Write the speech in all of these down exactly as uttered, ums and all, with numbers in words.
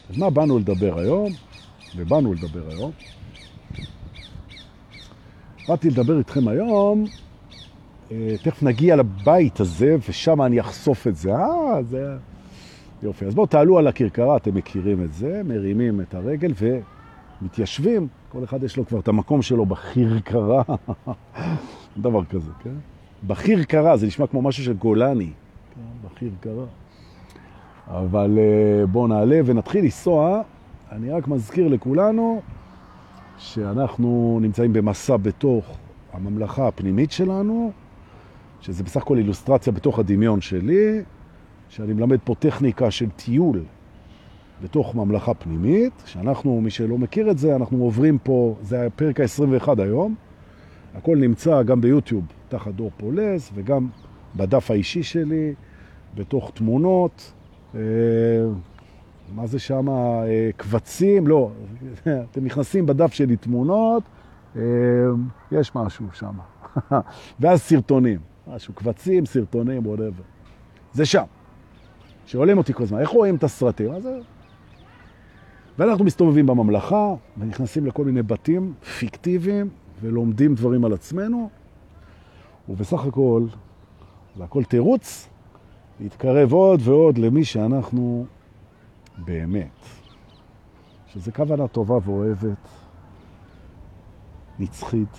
אז מה באנו לדבר היום? ובאנו לדבר היום. באתי לדבר איתכם היום, תכף נגיע לבית הזה, ושם אני אחשוף את זה. אה, זה... יופי. אז בואו תעלו על הכרכרה, אתם מכירים את זה, מרימים את הרגל ומתיישבים. כל אחד יש לו כבר את המקום שלו בכרכרה. דבר כזה, כן? בכרכרה, זה נשמע כמו משהו של גולני. כן, בכרכרה. אבל בואו נעלה ונתחיל לנסוע. אני רק מזכיר לכולנו שאנחנו נמצאים במסע בתוך הממלכה הפנימית שלנו, שזה בסך הכל אילוסטרציה בתוך הדמיון שלי, שאני מלמד פה טכניקה של טיול בתוך ממלכה פנימית, שאנחנו, מי שלא מכיר את זה, אנחנו עוברים פה, זה הפרק ה-עשרים ואחת היום, הכל נמצא גם ביוטיוב תחת דור פולס, וגם בדף האישי שלי, בתוך תמונות, מה זה שם? קבצים? לא, אתם נכנסים בדף שלי תמונות, יש משהו שם. ואז סרטונים, משהו, קבצים, סרטונים, whatever. זה שם. שעולים אותי כל הזמן, איך רואים את הסרטים? אז זה... ואנחנו מסתובבים בממלכה, ונכנסים לכל מיני בתים פיקטיביים, ולומדים דברים על עצמנו, ובסך הכל, זה הכל תירוץ, להתקרב עוד ועוד למי שאנחנו באמת. שזה כוונה טובה ואוהבת, נצחית,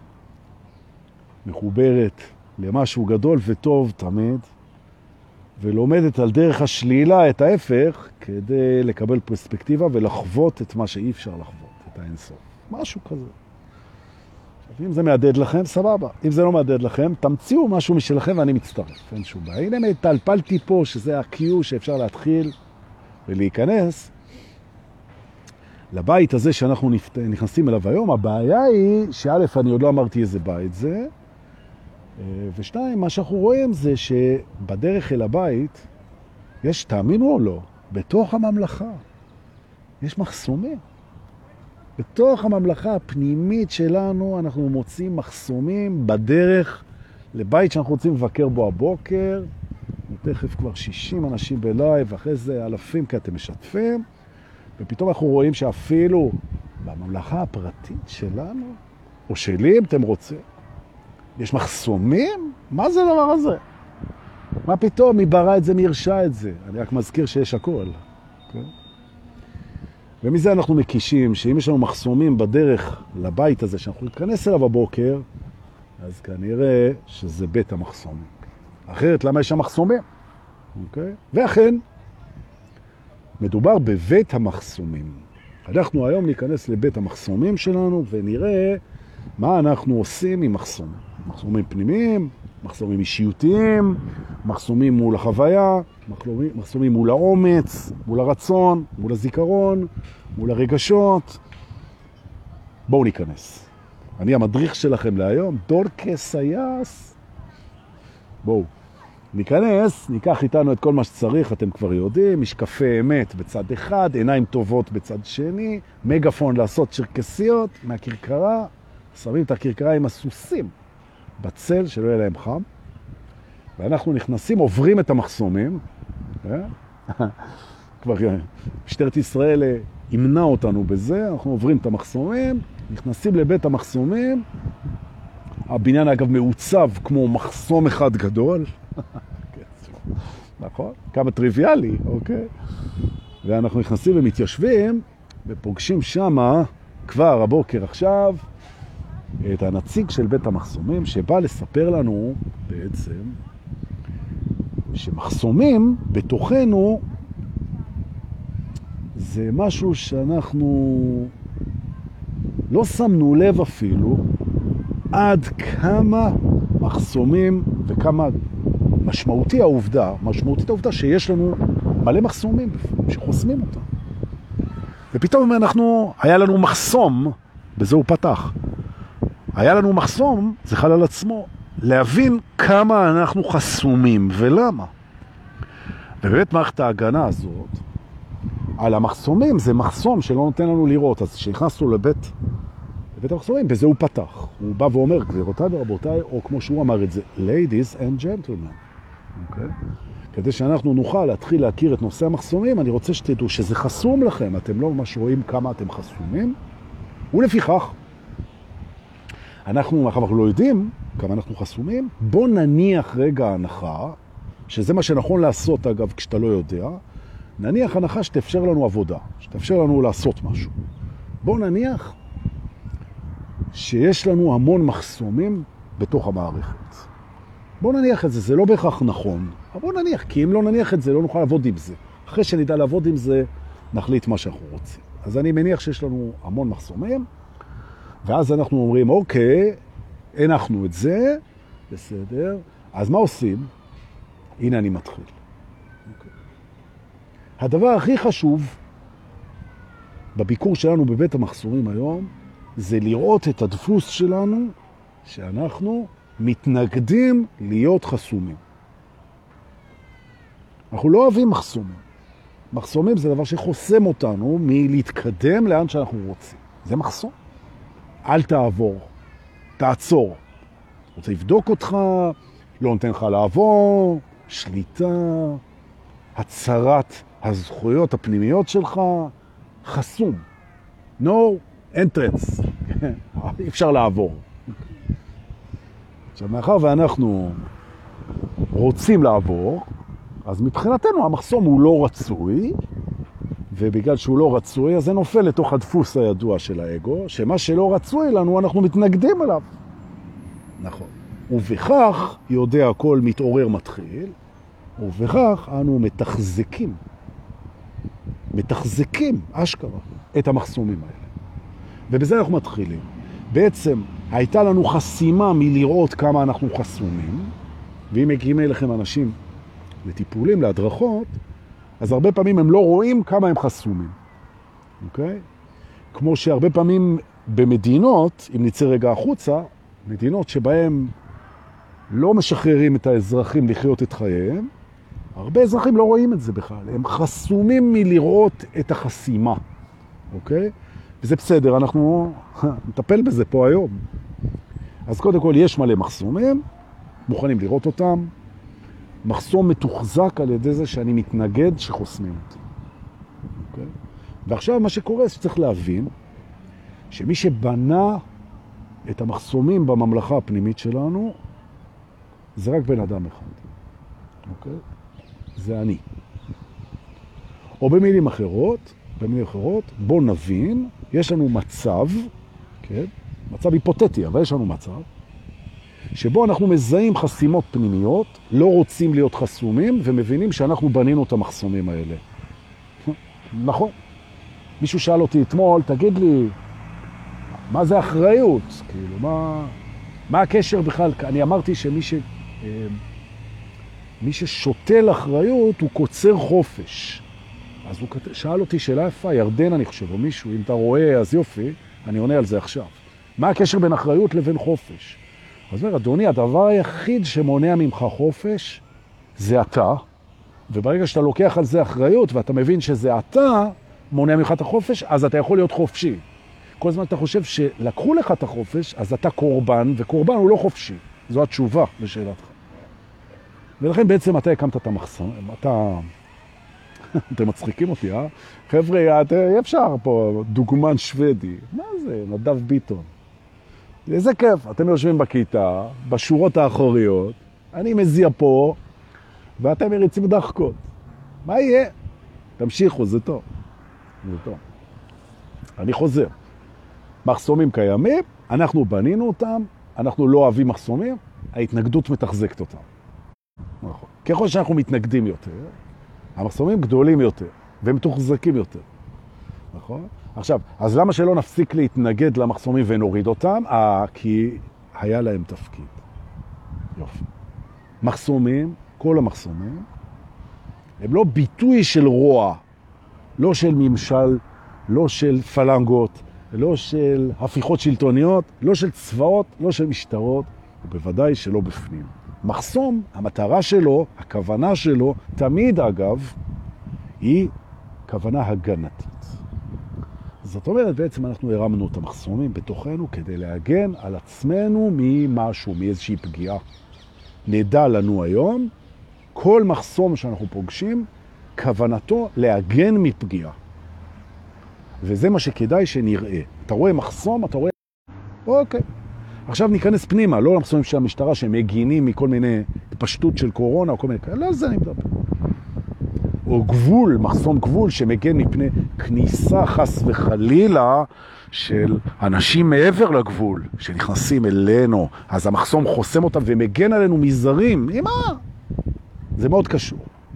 מחוברת למשהו גדול וטוב תמיד, ולומדת על דרך השלילה את ההפך, כדי לקבל פרספקטיבה ולחוות את מה שאי אפשר לחוות, את האינסוף. משהו כזה. עכשיו, אם זה מעדד לכם, סבבה. אם זה לא מעדד לכם, תמציאו משהו משלכם ואני מצטרף. אין שום בעיה. הנה, תלפלתי פה שזה ה-Q שאפשר להתחיל ולהיכנס. לבית הזה שאנחנו נכנסים אליו היום, הבעיה היא שא' אני עוד לא אמרתי איזה בית זה, ושתיים, מה שאנחנו רואים זה שבדרך אל הבית, יש, תאמינו או לא, בתוך הממלכה, יש מחסומים. בתוך הממלכה הפנימית שלנו אנחנו מוצאים מחסומים בדרך לבית שאנחנו רוצים לבקר בו הבוקר, תכף כבר שישים אנשים בלייב, ואחרי זה אלפים כי אתם משתפים, ופתאום אנחנו רואים שאפילו בממלכה הפרטית שלנו, או שלי אם אתם רוצים, יש מחסומים? מה זה הדבר הזה? מה פתאום? מי ברא את זה, מי הרשע את זה? אני רק מזכיר שיש הכל. Okay? ומזה אנחנו מקישים שאם יש לנו מחסומים בדרך לבית הזה שאנחנו נתכנס אליו הבוקר, אז כנראה שזה בית המחסומים. אחרת, למה יש שם מחסומים? Okay? ואכן, מדובר בבית המחסומים. אנחנו היום ניכנס לבית המחסומים שלנו ונראה מה אנחנו עושים עם מחסומים. מחסומים פנימיים, מחסומים אישיותיים, מחסומים מול החוויה, מחסומים, מחסומים מול האומץ, מול הרצון, מול הזיכרון, מול הרגשות. בואו ניכנס. אני המדריך שלכם להיום, דורקס היאס. בואו. ניכנס, ניקח איתנו את כל מה שצריך, אתם כבר יודעים, משקפי אמת בצד אחד, עיניים טובות בצד שני, מגפון לעשות צ'רקסיות מהכרכרה, שמים את הכרכרה עם הסוסים בצל שלא יהיה להם חם, ואנחנו נכנסים, עוברים את המחסומים, כבר משטרת ישראל ימנע אותנו בזה, אנחנו עוברים את המחסומים, נכנסים לבית המחסומים, הבניין אגב מעוצב כמו מחסום אחד גדול, נכון? כמה טריוויאלי, אוקיי? ואנחנו נכנסים ומתיישבים ופוגשים שמה כבר הבוקר עכשיו את הנציג של בית המחסומים שבא לספר לנו בעצם שמחסומים בתוכנו זה משהו שאנחנו לא שמנו לב אפילו עד כמה מחסומים וכמה משמעותי העובדה, משמעותית העובדה שיש לנו מלא מחסומים שחוסמים אותם. ופתאום אנחנו, היה לנו מחסום, בזה הוא פתח. היה לנו מחסום, זה חל על עצמו, להבין כמה אנחנו חסומים ולמה. ובאמת מערכת ההגנה הזאת, על המחסומים זה מחסום שלא נותן לנו לראות. אז כשנכנסנו לבית, לבית המחסומים, בזה הוא פתח. הוא בא ואומר, גבירותיי ורבותיי, או כמו שהוא אמר את זה, ladies and gentlemen. Okay? כדי שאנחנו נוכל להתחיל להכיר את נושא המחסומים, אני רוצה שתדעו שזה חסום לכם, אתם לא ממש רואים כמה אתם חסומים, ולפיכך, אנחנו, אנחנו לא יודעים כמה אנחנו חסומים, בוא נניח רגע הנחה, שזה מה שנכון לעשות אגב כשאתה לא יודע, נניח הנחה שתאפשר לנו עבודה, שתאפשר לנו לעשות משהו. בוא נניח שיש לנו המון מחסומים בתוך המערכת. בוא נניח את זה, זה לא בהכרח נכון, אבל בוא נניח, כי אם לא נניח את זה, לא נוכל לעבוד עם זה. אחרי שנדע לעבוד עם זה, נחליט מה שאנחנו רוצים. אז אני מניח שיש לנו המון מחסומים, ואז אנחנו אומרים, אוקיי, הנחנו את זה, בסדר, אז מה עושים? הנה אני מתחיל. אוקיי. הדבר הכי חשוב בביקור שלנו בבית המחסומים היום, זה לראות את הדפוס שלנו, שאנחנו מתנגדים להיות חסומים. אנחנו לא אוהבים מחסומים. מחסומים זה דבר שחוסם אותנו מלהתקדם לאן שאנחנו רוצים. זה מחסום. אל תעבור, תעצור. רוצה לבדוק אותך, לא נותן לך לעבור, שליטה, הצרת הזכויות הפנימיות שלך, חסום. No entrance. אי אפשר לעבור. עכשיו, מאחר ואנחנו רוצים לעבור, אז מבחינתנו המחסום הוא לא רצוי, ובגלל שהוא לא רצוי, אז זה נופל לתוך הדפוס הידוע של האגו, שמה שלא רצוי לנו, אנחנו מתנגדים אליו. נכון. ובכך, יודע הכל מתעורר מתחיל, ובכך אנו מתחזקים, מתחזקים, אשכרה, את המחסומים האלה. ובזה אנחנו מתחילים. בעצם הייתה לנו חסימה מלראות כמה אנחנו חסומים, ואם מגיעים אליכם אנשים לטיפולים, להדרכות, אז הרבה פעמים הם לא רואים כמה הם חסומים. אוקיי? כמו שהרבה פעמים במדינות, אם נצא רגע החוצה, מדינות שבהם לא משחררים את האזרחים לחיות את חייהם, הרבה אזרחים לא רואים את זה בכלל. הם חסומים מלראות את החסימה. אוקיי? וזה בסדר, אנחנו נטפל בזה פה היום. אז קודם כל יש מלא מחסומים, מוכנים לראות אותם. מחסום מתוחזק על ידי זה שאני מתנגד שחוסמים אותי. אוקיי? ועכשיו מה שקורה זה שצריך להבין שמי שבנה את המחסומים בממלכה הפנימית שלנו זה רק בן אדם אחד. אוקיי? זה אני. או במילים אחרות, במילים אחרות, בוא נבין, יש לנו מצב, כן? מצב היפותטי, אבל יש לנו מצב, שבו אנחנו מזהים חסימות פנימיות, לא רוצים להיות חסומים, ומבינים שאנחנו בנינו את המחסומים האלה. נכון. מישהו שאל אותי אתמול, תגיד לי, מה זה אחריות? כאילו, מה, מה הקשר בכלל? אני אמרתי שמי ש, מי ששותל אחריות הוא קוצר חופש. אז הוא שאל אותי שאלה יפה, ירדן אני חושב, או מישהו, אם אתה רואה, אז יופי, אני עונה על זה עכשיו. מה הקשר בין אחריות לבין חופש? אז אומר, אדוני, הדבר היחיד שמונע ממך חופש זה אתה, וברגע שאתה לוקח על זה אחריות, ואתה מבין שזה אתה מונע ממך את החופש, אז אתה יכול להיות חופשי. כל הזמן אתה חושב שלקחו לך את החופש, אז אתה קורבן, וקורבן הוא לא חופשי. זו התשובה לשאלתך. ולכן בעצם אתה הקמת את המחסום, אתה... אתם מצחיקים אותי, אה? חבר'ה, אי אפשר פה דוגמן שוודי. מה זה? נדב ביטון. איזה כיף, אתם יושבים בכיתה, בשורות האחוריות, אני מזיע פה, ואתם מריצים דחקות. מה יהיה? תמשיכו, זה טוב. זה טוב. אני חוזר. מחסומים קיימים, אנחנו בנינו אותם, אנחנו לא אוהבים מחסומים, ההתנגדות מתחזקת אותם. נכון. ככל שאנחנו מתנגדים יותר, המחסומים גדולים יותר, והם מתוחזקים יותר. נכון? עכשיו, אז למה שלא נפסיק להתנגד למחסומים ונוריד אותם? אה, כי היה להם תפקיד. יופי. מחסומים, כל המחסומים, הם לא ביטוי של רוע, לא של ממשל, לא של פלנגות, לא של הפיכות שלטוניות, לא של צבאות, לא של משטרות, ובוודאי שלא בפנים. מחסום, המטרה שלו, הכוונה שלו, תמיד אגב, היא כוונה הגנתית. זאת אומרת, בעצם אנחנו הרמנו את המחסומים בתוכנו כדי להגן על עצמנו ממשהו, מאיזושהי פגיעה. נדע לנו היום כל מחסום שאנחנו פוגשים, כוונתו להגן מפגיעה. וזה מה שכדאי שנראה. אתה רואה מחסום, אתה רואה... אוקיי. עכשיו ניכנס פנימה, לא למחסומים של המשטרה שהם מגינים מכל מיני התפשטות של קורונה או כל מיני כאלה, לא על זה אני מדבר. או גבול, מחסום גבול שמגן מפני כניסה חס וחלילה של אנשים מעבר לגבול שנכנסים אלינו, אז המחסום חוסם אותם ומגן עלינו מזרים. עם מה? זה מאוד קשור.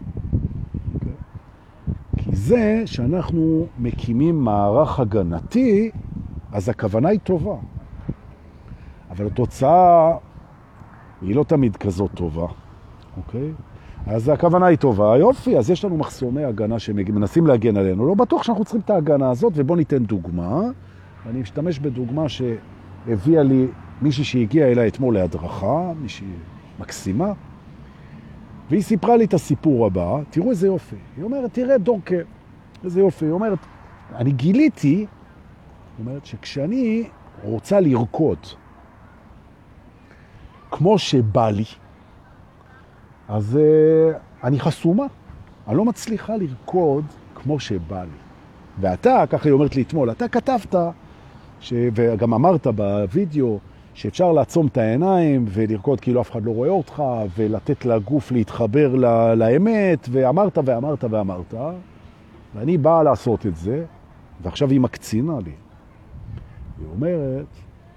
כי זה שאנחנו מקימים מערך הגנתי, אז הכוונה היא טובה. אבל התוצאה היא לא תמיד כזאת טובה. אוקיי? אז הכוונה היא טובה. יופי, אז יש לנו מחסומי הגנה שמנסים להגן עלינו. לא בטוח שאנחנו צריכים את ההגנה הזאת, ובוא ניתן דוגמה. אני משתמש בדוגמה שהביאה לי מישהי שהגיעה אליי אתמול להדרכה, מישהי מקסימה, והיא סיפרה לי את הסיפור הבא. תראו איזה יופי. היא אומרת, תראה דורקה, איזה יופי. היא אומרת, אני גיליתי, היא אומרת שכשאני רוצה לרקוד, כמו שבא לי, אז uh, אני חסומה. אני לא מצליחה לרקוד כמו שבא לי. ואתה, ככה היא אומרת לי אתמול, אתה כתבת, ש... וגם אמרת בווידאו, שאפשר לעצום את העיניים ולרקוד כאילו אף אחד לא רואה אותך, ולתת לגוף להתחבר ל... לאמת, ואמרת ואמרת ואמרת, ואני באה לעשות את זה, ועכשיו היא מקצינה לי. היא אומרת,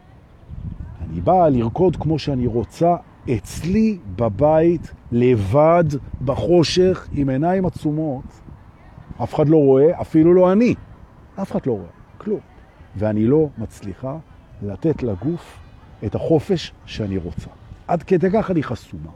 אני באה לרקוד כמו שאני רוצה, אצלי בבית, לבד, בחושך, עם עיניים עצומות. אף אחד לא רואה, אפילו לא אני. אף אחד לא רואה, כלום. ואני לא מצליחה לתת לגוף את החופש שאני רוצה. עד כדי כך אני חסומה.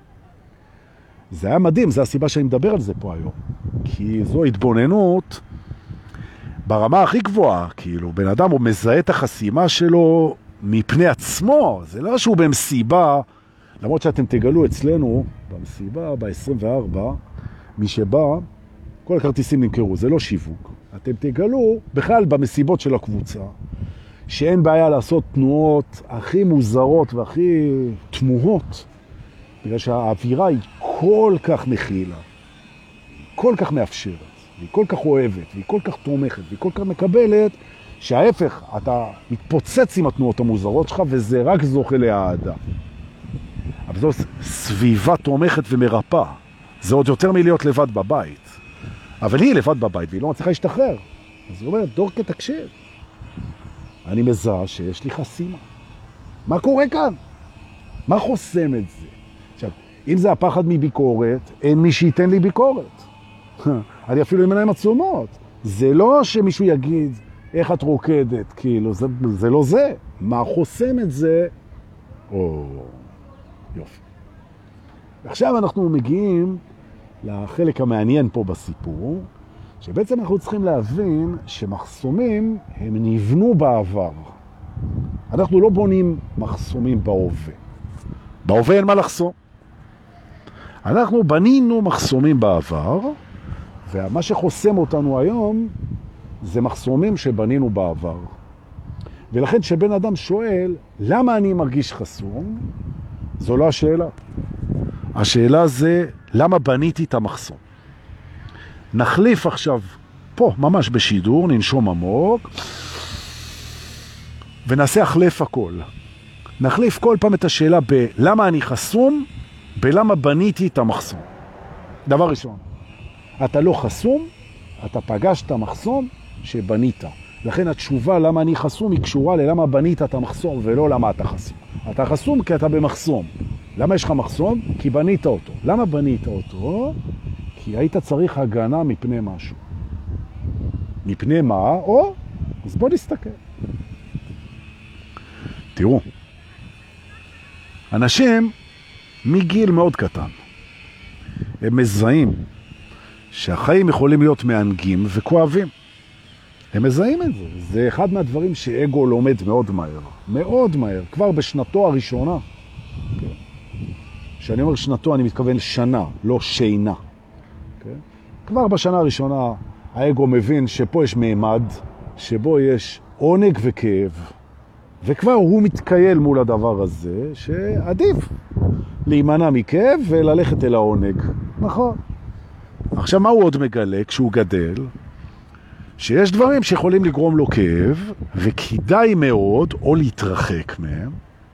זה היה מדהים, זה הסיבה שאני מדבר על זה פה היום. כי זו התבוננות ברמה הכי גבוהה. כאילו, בן אדם הוא מזהה את החסימה שלו מפני עצמו. זה לא שהוא במסיבה, למרות שאתם תגלו אצלנו, במסיבה, ב-עשרים וארבע, מי שבא, כל הכרטיסים נמכרו, זה לא שיווק. אתם תגלו, בכלל במסיבות של הקבוצה, שאין בעיה לעשות תנועות הכי מוזרות והכי תמוהות, בגלל שהאווירה היא כל כך מכילה, כל כך מאפשרת, והיא כל כך אוהבת, והיא כל כך תומכת, והיא כל כך מקבלת, שההפך, אתה מתפוצץ עם התנועות המוזרות שלך, וזה רק זוכה להעדה. אבל זו סביבה תומכת ומרפא. זה עוד יותר מלהיות לבד בבית. אבל היא לבד בבית, והיא לא מצליחה להשתחרר. אז היא אומרת, דורקה, תקשיב. אני מזהה שיש לי חסימה. מה קורה כאן? מה חוסם את זה? עכשיו, אם זה הפחד מביקורת, אין מי שייתן לי ביקורת. אני אפילו עם עיניים עצומות. זה לא שמישהו יגיד, איך את רוקדת, כאילו, זה, זה לא זה. מה חוסם את זה? או, יופי. עכשיו אנחנו מגיעים לחלק המעניין פה בסיפור, שבעצם אנחנו צריכים להבין שמחסומים הם נבנו בעבר. אנחנו לא בונים מחסומים בהווה. בהווה אין מה לחסום. אנחנו בנינו מחסומים בעבר, ומה שחוסם אותנו היום זה מחסומים שבנינו בעבר. ולכן שבן אדם שואל, למה אני מרגיש חסום? זו לא השאלה. השאלה זה, למה בניתי את המחסום? נחליף עכשיו, פה, ממש בשידור, ננשום עמוק, ונעשה החלף הכל. נחליף כל פעם את השאלה בלמה אני חסום, בלמה בניתי את המחסום. דבר ראשון, אתה לא חסום, אתה פגשת מחסום שבנית. לכן התשובה למה אני חסום היא קשורה ללמה בנית את המחסום ולא למה אתה חסום. אתה חסום כי אתה במחסום. למה יש לך מחסום? כי בנית אותו. למה בנית אותו? כי היית צריך הגנה מפני משהו. מפני מה? או, אז בוא נסתכל. תראו, אנשים מגיל מאוד קטן, הם מזהים שהחיים יכולים להיות מענגים וכואבים. הם מזהים את זה. זה אחד מהדברים שאגו לומד מאוד מהר. מאוד מהר. כבר בשנתו הראשונה. כן. כשאני אומר שנתו, אני מתכוון שנה, לא שינה. כן. כבר בשנה הראשונה, האגו מבין שפה יש מימד, שבו יש עונג וכאב. וכבר הוא מתקייל מול הדבר הזה, שעדיף להימנע מכאב וללכת אל העונג. נכון. עכשיו, מה הוא עוד מגלה כשהוא גדל? שיש דברים שיכולים לגרום לו כאב, וכדאי מאוד או להתרחק מהם,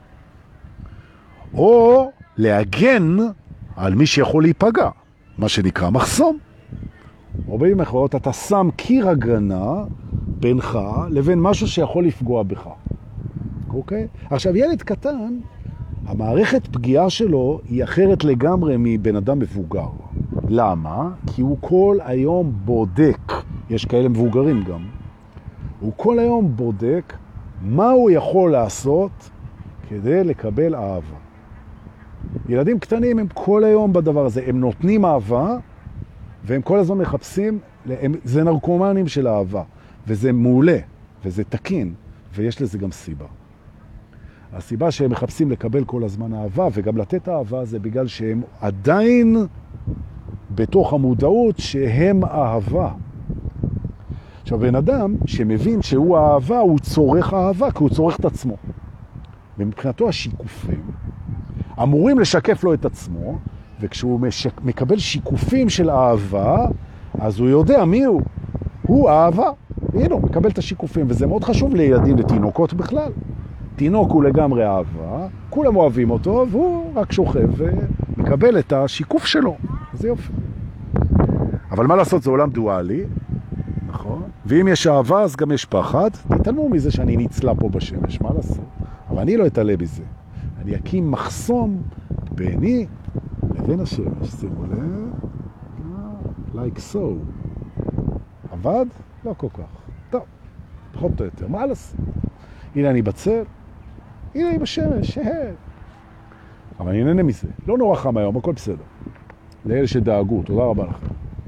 או להגן על מי שיכול להיפגע, מה שנקרא מחסום. או במילים אחרות, אתה שם קיר הגנה בינך לבין משהו שיכול לפגוע בך. אוקיי? עכשיו, ילד קטן, המערכת פגיעה שלו היא אחרת לגמרי מבן אדם מבוגר. למה? כי הוא כל היום בודק, יש כאלה מבוגרים גם, הוא כל היום בודק מה הוא יכול לעשות כדי לקבל אהבה. ילדים קטנים הם כל היום בדבר הזה, הם נותנים אהבה, והם כל הזמן מחפשים, הם, זה נרקומנים של אהבה, וזה מעולה, וזה תקין, ויש לזה גם סיבה. הסיבה שהם מחפשים לקבל כל הזמן אהבה, וגם לתת אהבה, זה בגלל שהם עדיין בתוך המודעות שהם אהבה. עכשיו, בן אדם שמבין שהוא אהבה, הוא צורך אהבה, כי הוא צורך את עצמו. ומבחינתו השיקופים אמורים לשקף לו את עצמו, וכשהוא משק... מקבל שיקופים של אהבה, אז הוא יודע מי הוא. הוא אהבה. הנה, הוא מקבל את השיקופים, וזה מאוד חשוב לילדים, לתינוקות בכלל. תינוק הוא לגמרי אהבה, כולם אוהבים אותו, והוא רק שוכב ומקבל את השיקוף שלו. זה יופי. אבל מה לעשות, זה עולם דואלי, נכון? ואם יש אהבה, אז גם יש פחד. תתעלמו מזה שאני נצלה פה בשמש, מה לעשות? אבל אני לא אתעלה בזה. אני אקים מחסום ביני לבין השמש, שימו לב, like so. עבד? לא כל כך. טוב, פחות או יותר, מה לעשות? הנה אני בצל, הנה אני בשמש, אבל אני נהנה מזה. לא נורא חם היום, הכל בסדר. לאלה שדאגו, תודה רבה לכם.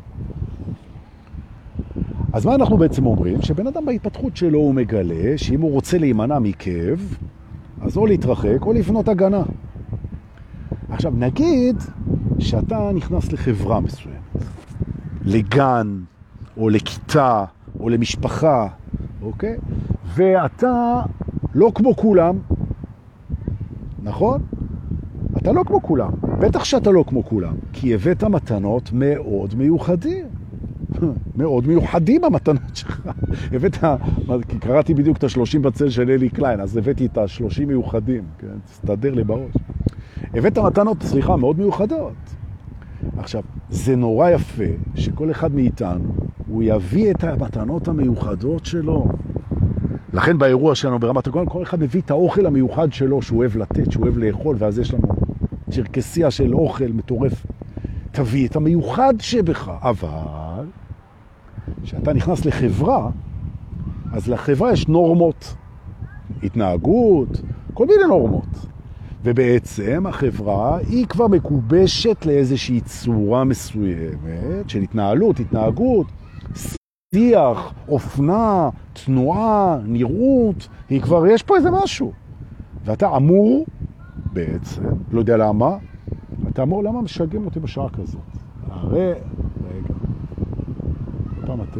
אז מה אנחנו בעצם אומרים? שבן אדם בהתפתחות שלו הוא מגלה שאם הוא רוצה להימנע מכאב, אז או להתרחק או לבנות הגנה. עכשיו נגיד שאתה נכנס לחברה מסוימת, לגן או לכיתה או למשפחה, אוקיי? ואתה לא כמו כולם, נכון? אתה לא כמו כולם. בטח שאתה לא כמו כולם, כי הבאת מתנות מאוד מיוחדים. מאוד מיוחדים המתנות שלך. הבאת, כי קראתי בדיוק את השלושים בצל של אלי קליין, אז הבאתי את השלושים מיוחדים, כן? תסתדר לי בראש. הבאת מתנות, סליחה, מאוד מיוחדות. עכשיו, זה נורא יפה שכל אחד מאיתנו, הוא יביא את המתנות המיוחדות שלו. לכן באירוע שלנו ברמת הגולן, כל אחד מביא את האוכל המיוחד שלו, שהוא אוהב לתת, שהוא אוהב לאכול, ואז יש לנו צ'רקסיה של אוכל מטורף. תביא את המיוחד שבך, אבל כשאתה נכנס לחברה, אז לחברה יש נורמות, התנהגות, כל מיני נורמות. ובעצם החברה היא כבר מקובשת לאיזושהי צורה מסוימת של התנהלות, התנהגות, שיח, אופנה, תנועה, נראות, היא כבר, יש פה איזה משהו. ואתה אמור, בעצם, לא יודע למה, אתה אמור, למה משגעים אותי בשעה כזאת? הרי, רגע, פעם אתם...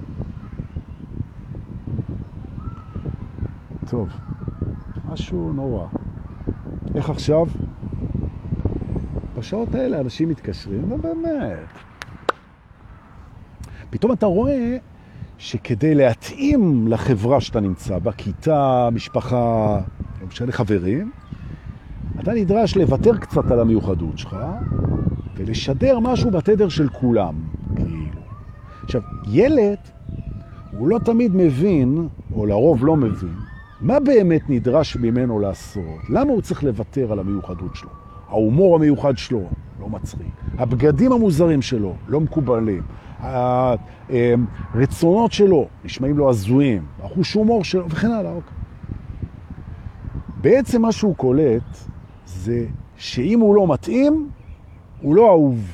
טוב, משהו נורא. איך עכשיו? בשעות האלה אנשים מתקשרים, לא באמת. פתאום אתה רואה שכדי להתאים לחברה שאתה נמצא בה, כיתה, משפחה, לא משנה חברים, אתה נדרש לוותר קצת על המיוחדות שלך, ולשדר משהו בתדר של כולם, כאילו. עכשיו, ילד, הוא לא תמיד מבין, או לרוב לא מבין, מה באמת נדרש ממנו לעשות? למה הוא צריך לוותר על המיוחדות שלו? ההומור המיוחד שלו לא מצחיק. הבגדים המוזרים שלו לא מקובלים. הרצונות שלו נשמעים לו הזויים. החוש הומור שלו וכן הלאה. אוקיי. בעצם מה שהוא קולט זה שאם הוא לא מתאים, הוא לא אהוב.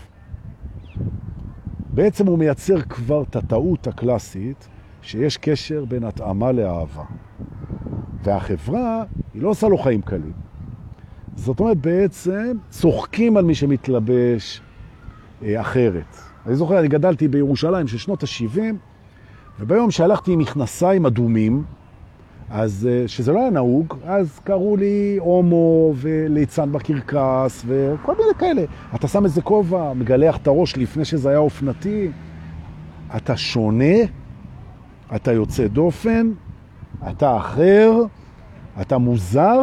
בעצם הוא מייצר כבר את הטעות הקלאסית שיש קשר בין התאמה לאהבה. והחברה היא לא עושה לו חיים קלים. זאת אומרת, בעצם צוחקים על מי שמתלבש אה, אחרת. אני זוכר, אני גדלתי בירושלים של שנות ה-שבעים, וביום שהלכתי עם מכנסיים אדומים, אז שזה לא היה נהוג, אז קראו לי הומו וליצן בקרקס וכל מיני כאלה. אתה שם איזה כובע, מגלח את הראש לפני שזה היה אופנתי. אתה שונה, אתה יוצא דופן, אתה אחר, אתה מוזר.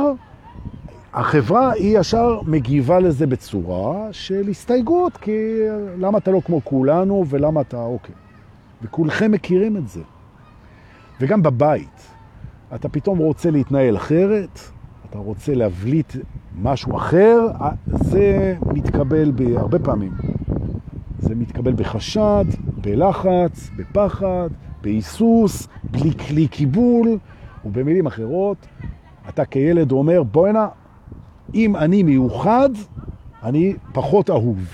החברה היא ישר מגיבה לזה בצורה של הסתייגות, כי למה אתה לא כמו כולנו ולמה אתה אוקיי. וכולכם מכירים את זה. וגם בבית. אתה פתאום רוצה להתנהל אחרת, אתה רוצה להבליט משהו אחר, זה מתקבל בהרבה פעמים. זה מתקבל בחשד, בלחץ, בפחד, בהיסוס, בלי כלי קיבול, ובמילים אחרות, אתה כילד אומר, בוא הנה, אם אני מיוחד, אני פחות אהוב.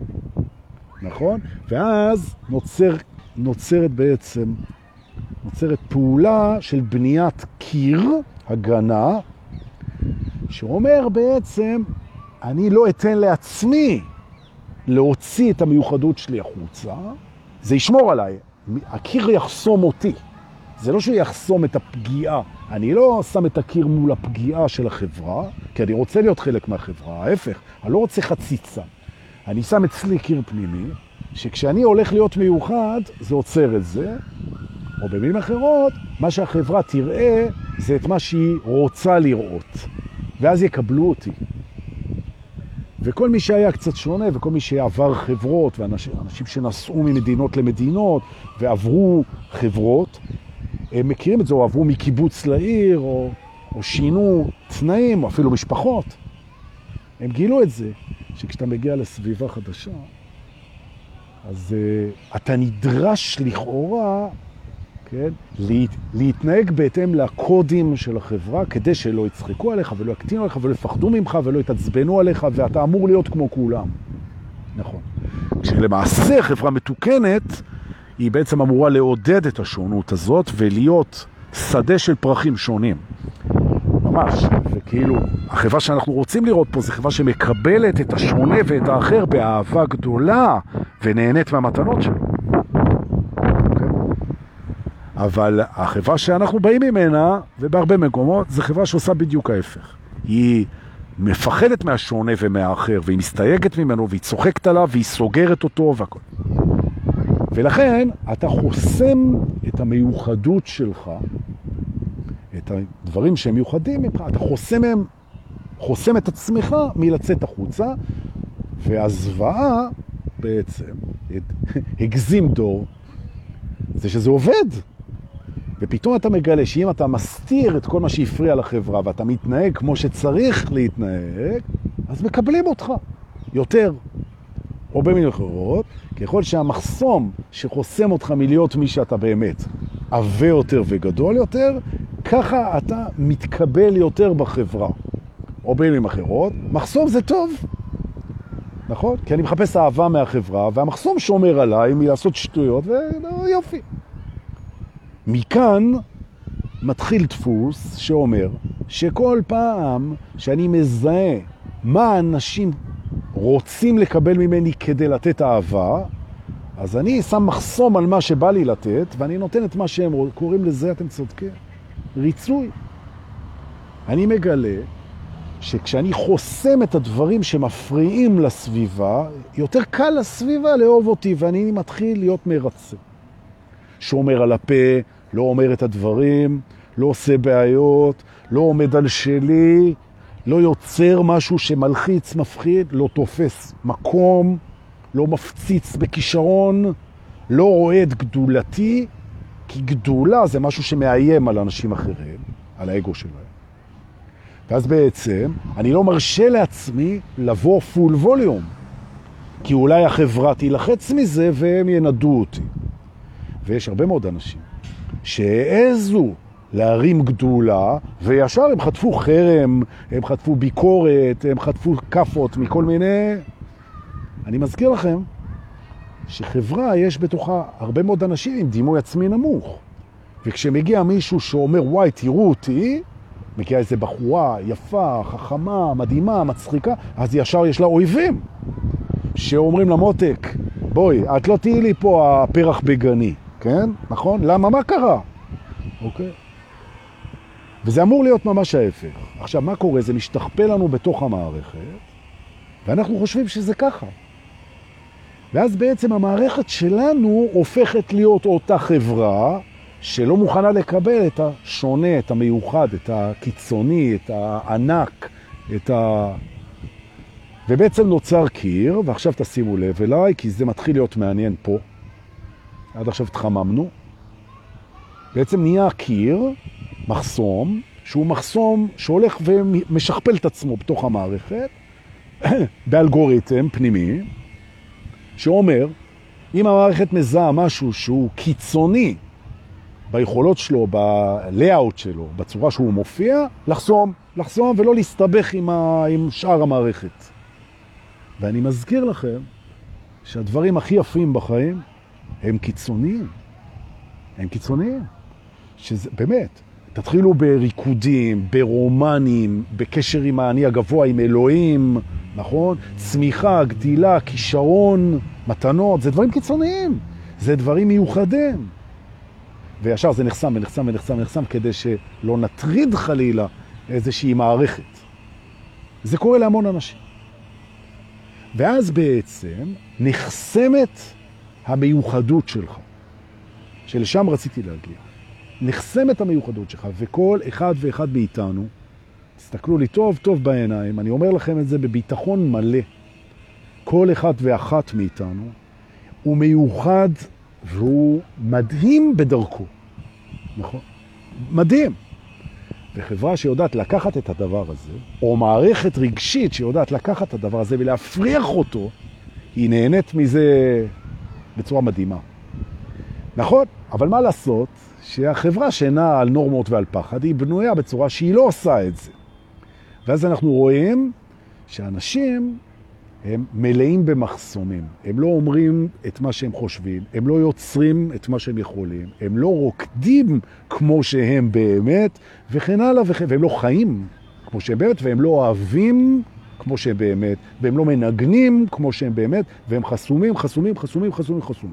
נכון? ואז נוצר, נוצרת בעצם, נוצרת פעולה של בניית קיר, הגנה, שאומר בעצם, אני לא אתן לעצמי להוציא את המיוחדות שלי החוצה, זה ישמור עליי, הקיר יחסום אותי. זה לא שהוא יחסום את הפגיעה, אני לא שם את הקיר מול הפגיעה של החברה, כי אני רוצה להיות חלק מהחברה, ההפך, אני לא רוצה חציצה. אני שם אצלי קיר פנימי, שכשאני הולך להיות מיוחד, זה עוצר את זה, או במילים אחרות, מה שהחברה תראה, זה את מה שהיא רוצה לראות, ואז יקבלו אותי. וכל מי שהיה קצת שונה, וכל מי שעבר חברות, ואנשים אנשים שנסעו ממדינות למדינות, ועברו חברות, הם מכירים את זה, או עברו מקיבוץ לעיר, או, או שינו תנאים, או אפילו משפחות. הם גילו את זה, שכשאתה מגיע לסביבה חדשה, אז uh, אתה נדרש לכאורה, כן, להת, להתנהג בהתאם לקודים של החברה, כדי שלא יצחקו עליך, ולא יקטינו עליך, ולא יפחדו ממך, ולא יתעצבנו עליך, ואתה אמור להיות כמו כולם. נכון. כשלמעשה חברה מתוקנת, היא בעצם אמורה לעודד את השונות הזאת, ולהיות שדה של פרחים שונים. ממש. וכאילו, החברה שאנחנו רוצים לראות פה, זה חברה שמקבלת את השונה ואת האחר באהבה גדולה, ונהנית מהמתנות שלו. אבל החברה שאנחנו באים ממנה, ובהרבה מקומות, זה חברה שעושה בדיוק ההפך. היא מפחדת מהשונה ומהאחר, והיא מסתייגת ממנו, והיא צוחקת עליו, והיא סוגרת אותו והכל. ולכן אתה חוסם את המיוחדות שלך, את הדברים שהם מיוחדים ממך, אתה חוסם מהם, חוסם את עצמך מלצאת החוצה, והזוועה בעצם, הגזים דור, זה שזה עובד. ופתאום אתה מגלה שאם אתה מסתיר את כל מה שהפריע לחברה, ואתה מתנהג כמו שצריך להתנהג, אז מקבלים אותך יותר. או במילים אחרות, ככל שהמחסום שחוסם אותך מלהיות מי שאתה באמת עבה יותר וגדול יותר, ככה אתה מתקבל יותר בחברה. או במילים אחרות, מחסום זה טוב. נכון? כי אני מחפש אהבה מהחברה, והמחסום שומר עליי מלעשות שטויות, ויופי. מכאן מתחיל דפוס שאומר שכל פעם שאני מזהה מה אנשים רוצים לקבל ממני כדי לתת אהבה, אז אני שם מחסום על מה שבא לי לתת, ואני נותן את מה שהם קוראים לזה, אתם צודקים, ריצוי. אני מגלה שכשאני חוסם את הדברים שמפריעים לסביבה, יותר קל לסביבה לאהוב אותי, ואני מתחיל להיות מרצה. שומר על הפה, לא אומר את הדברים, לא עושה בעיות, לא עומד על שלי, לא יוצר משהו שמלחיץ, מפחיד, לא תופס מקום, לא מפציץ בכישרון, לא רואה את גדולתי, כי גדולה זה משהו שמאיים על אנשים אחרים, על האגו שלהם. ואז בעצם אני לא מרשה לעצמי לבוא פול ווליום, כי אולי החברה תילחץ מזה והם ינדו אותי. ויש הרבה מאוד אנשים שהעזו להרים גדולה, וישר הם חטפו חרם, הם חטפו ביקורת, הם חטפו כפות מכל מיני... אני מזכיר לכם שחברה יש בתוכה הרבה מאוד אנשים עם דימוי עצמי נמוך. וכשמגיע מישהו שאומר, וואי, תראו אותי, מגיעה איזו בחורה יפה, חכמה, מדהימה, מצחיקה, אז ישר יש לה אויבים שאומרים למותק, בואי, את לא תהיי לי פה הפרח בגני, כן? נכון? למה? מה קרה? אוקיי? וזה אמור להיות ממש ההפך. עכשיו, מה קורה? זה משתכפל לנו בתוך המערכת, ואנחנו חושבים שזה ככה. ואז בעצם המערכת שלנו הופכת להיות אותה חברה שלא מוכנה לקבל את השונה, את המיוחד, את הקיצוני, את הענק, את ה... ובעצם נוצר קיר, ועכשיו תשימו לב אליי, כי זה מתחיל להיות מעניין פה. עד עכשיו התחממנו. בעצם נהיה קיר, מחסום, שהוא מחסום שהולך ומשכפל את עצמו בתוך המערכת, באלגוריתם פנימי, שאומר, אם המערכת מזהה משהו שהוא קיצוני ביכולות שלו, בלאוט שלו, בצורה שהוא מופיע, לחסום, לחסום ולא להסתבך עם, ה... עם שאר המערכת. ואני מזכיר לכם שהדברים הכי יפים בחיים הם קיצוניים. הם קיצוניים. שזה, באמת, תתחילו בריקודים, ברומנים, בקשר עם האני הגבוה, עם אלוהים, נכון? צמיחה, גדילה, כישרון, מתנות, זה דברים קיצוניים. זה דברים מיוחדים. וישר זה נחסם ונחסם ונחסם ונחסם כדי שלא נטריד חלילה איזושהי מערכת. זה קורה להמון אנשים. ואז בעצם נחסמת המיוחדות שלך, שלשם רציתי להגיע. נחסמת המיוחדות שלך, וכל אחד ואחד מאיתנו, תסתכלו לי טוב טוב בעיניים, אני אומר לכם את זה בביטחון מלא, כל אחד ואחת מאיתנו הוא מיוחד והוא מדהים בדרכו. נכון? מדהים. וחברה שיודעת לקחת את הדבר הזה, או מערכת רגשית שיודעת לקחת את הדבר הזה ולהפריח אותו, היא נהנית מזה בצורה מדהימה. נכון? אבל מה לעשות שהחברה שאינה על נורמות ועל פחד, היא בנויה בצורה שהיא לא עושה את זה. ואז אנחנו רואים שאנשים הם מלאים במחסומים. הם לא אומרים את מה שהם חושבים, הם לא יוצרים את מה שהם יכולים, הם לא רוקדים כמו שהם באמת, וכן הלאה וכן, והם לא חיים כמו שהם באמת, והם לא אוהבים כמו שהם באמת, והם לא מנגנים כמו שהם באמת, והם חסומים, חסומים, חסומים, חסומים, חסומים.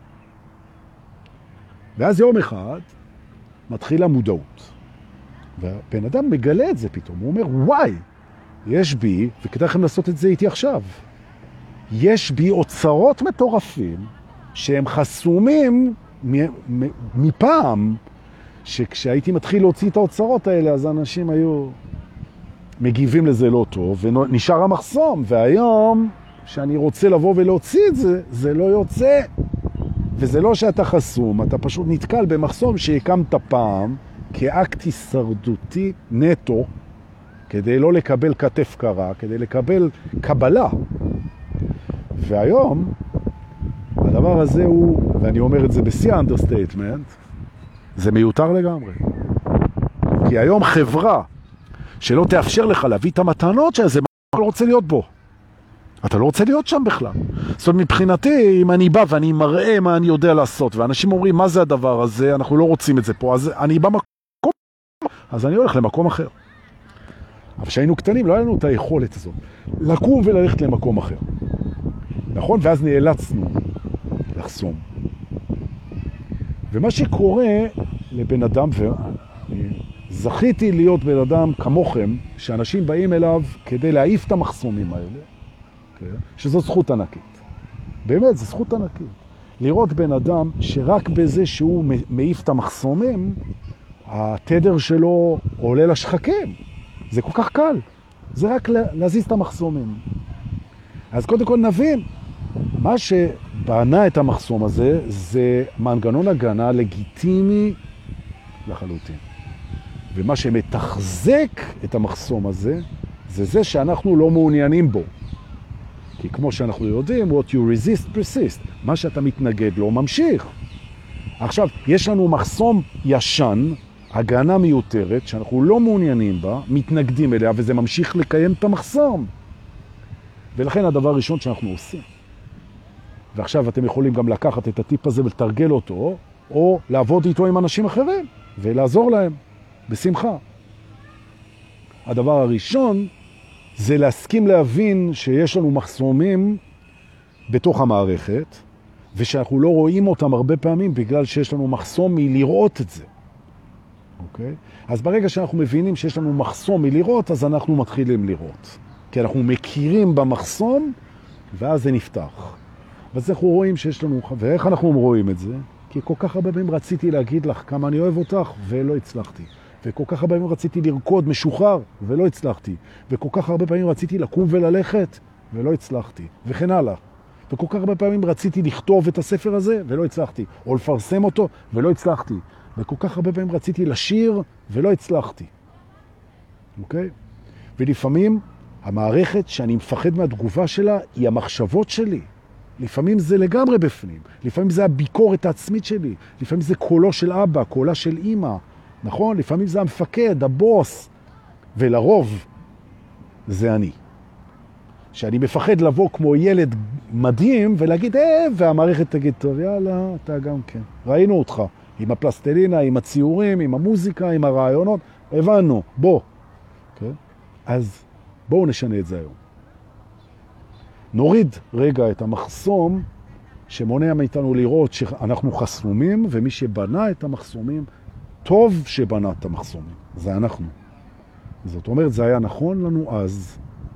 ואז יום אחד מתחילה מודעות. והבן אדם מגלה את זה פתאום, הוא אומר, וואי, יש בי, וכדאי לכם לעשות את זה איתי עכשיו, יש בי אוצרות מטורפים שהם חסומים מפעם, שכשהייתי מתחיל להוציא את האוצרות האלה, אז האנשים היו מגיבים לזה לא טוב, ונשאר המחסום, והיום שאני רוצה לבוא ולהוציא את זה, זה לא יוצא. וזה לא שאתה חסום, אתה פשוט נתקל במחסום שהקמת פעם, כאקט הישרדותי נטו, כדי לא לקבל כתף קרה, כדי לקבל קבלה. והיום, הדבר הזה הוא, ואני אומר את זה בשיא האנדרסטייטמנט, זה מיותר לגמרי. כי היום חברה שלא תאפשר לך להביא את המתנות שזה, מה לא רוצה להיות בו. אתה לא רוצה להיות שם בכלל. זאת אומרת, מבחינתי, אם אני בא ואני מראה מה אני יודע לעשות, ואנשים אומרים, מה זה הדבר הזה? אנחנו לא רוצים את זה פה. אז אני במקום, אז אני הולך למקום אחר. אבל כשהיינו קטנים, לא היה לנו את היכולת הזאת. לקום וללכת למקום אחר. נכון? ואז נאלצנו לחסום. ומה שקורה לבן אדם, וזכיתי להיות בן אדם כמוכם, שאנשים באים אליו כדי להעיף את המחסומים האלה, שזו זכות ענקית. באמת, זו זכות ענקית. לראות בן אדם שרק בזה שהוא מעיף את המחסומים, התדר שלו עולה לשחקים. זה כל כך קל. זה רק להזיז את המחסומים. אז קודם כל נבין, מה שבנה את המחסום הזה, זה מנגנון הגנה לגיטימי לחלוטין. ומה שמתחזק את המחסום הזה, זה זה שאנחנו לא מעוניינים בו. כי כמו שאנחנו יודעים, what you resist persist. מה שאתה מתנגד לו ממשיך. עכשיו, יש לנו מחסום ישן, הגנה מיותרת, שאנחנו לא מעוניינים בה, מתנגדים אליה, וזה ממשיך לקיים את המחסום. ולכן הדבר הראשון שאנחנו עושים. ועכשיו אתם יכולים גם לקחת את הטיפ הזה ולתרגל אותו, או לעבוד איתו עם אנשים אחרים, ולעזור להם, בשמחה. הדבר הראשון, זה להסכים להבין שיש לנו מחסומים בתוך המערכת, ושאנחנו לא רואים אותם הרבה פעמים בגלל שיש לנו מחסום מלראות את זה. אוקיי? אז ברגע שאנחנו מבינים שיש לנו מחסום מלראות, אז אנחנו מתחילים לראות. כי אנחנו מכירים במחסום, ואז זה נפתח. ואז אנחנו רואים שיש לנו, ואיך אנחנו רואים את זה? כי כל כך הרבה פעמים רציתי להגיד לך כמה אני אוהב אותך, ולא הצלחתי. וכל כך הרבה פעמים רציתי לרקוד משוחרר, ולא הצלחתי. וכל כך הרבה פעמים רציתי לקום וללכת, ולא הצלחתי. וכן הלאה. וכל כך הרבה פעמים רציתי לכתוב את הספר הזה, ולא הצלחתי. או לפרסם אותו, ולא הצלחתי. וכל כך הרבה פעמים רציתי לשיר, ולא הצלחתי. אוקיי? ולפעמים המערכת שאני מפחד מהתגובה שלה, היא המחשבות שלי. לפעמים זה לגמרי בפנים. לפעמים זה הביקורת העצמית שלי. לפעמים זה קולו של אבא, קולה של אמא. נכון? לפעמים זה המפקד, הבוס. ולרוב זה אני. שאני מפחד לבוא כמו ילד מדהים ולהגיד, אה, והמערכת תגיד, טוב, יאללה, אתה גם כן. ראינו אותך. עם הפלסטלינה, עם הציורים, עם המוזיקה, עם הרעיונות. הבנו, בוא. Okay? אז בואו נשנה את זה היום. נוריד רגע את המחסום שמונע מאיתנו לראות שאנחנו חסומים, ומי שבנה את המחסומים, טוב שבנה את המחסומים. זה אנחנו. זאת אומרת, זה היה נכון לנו אז.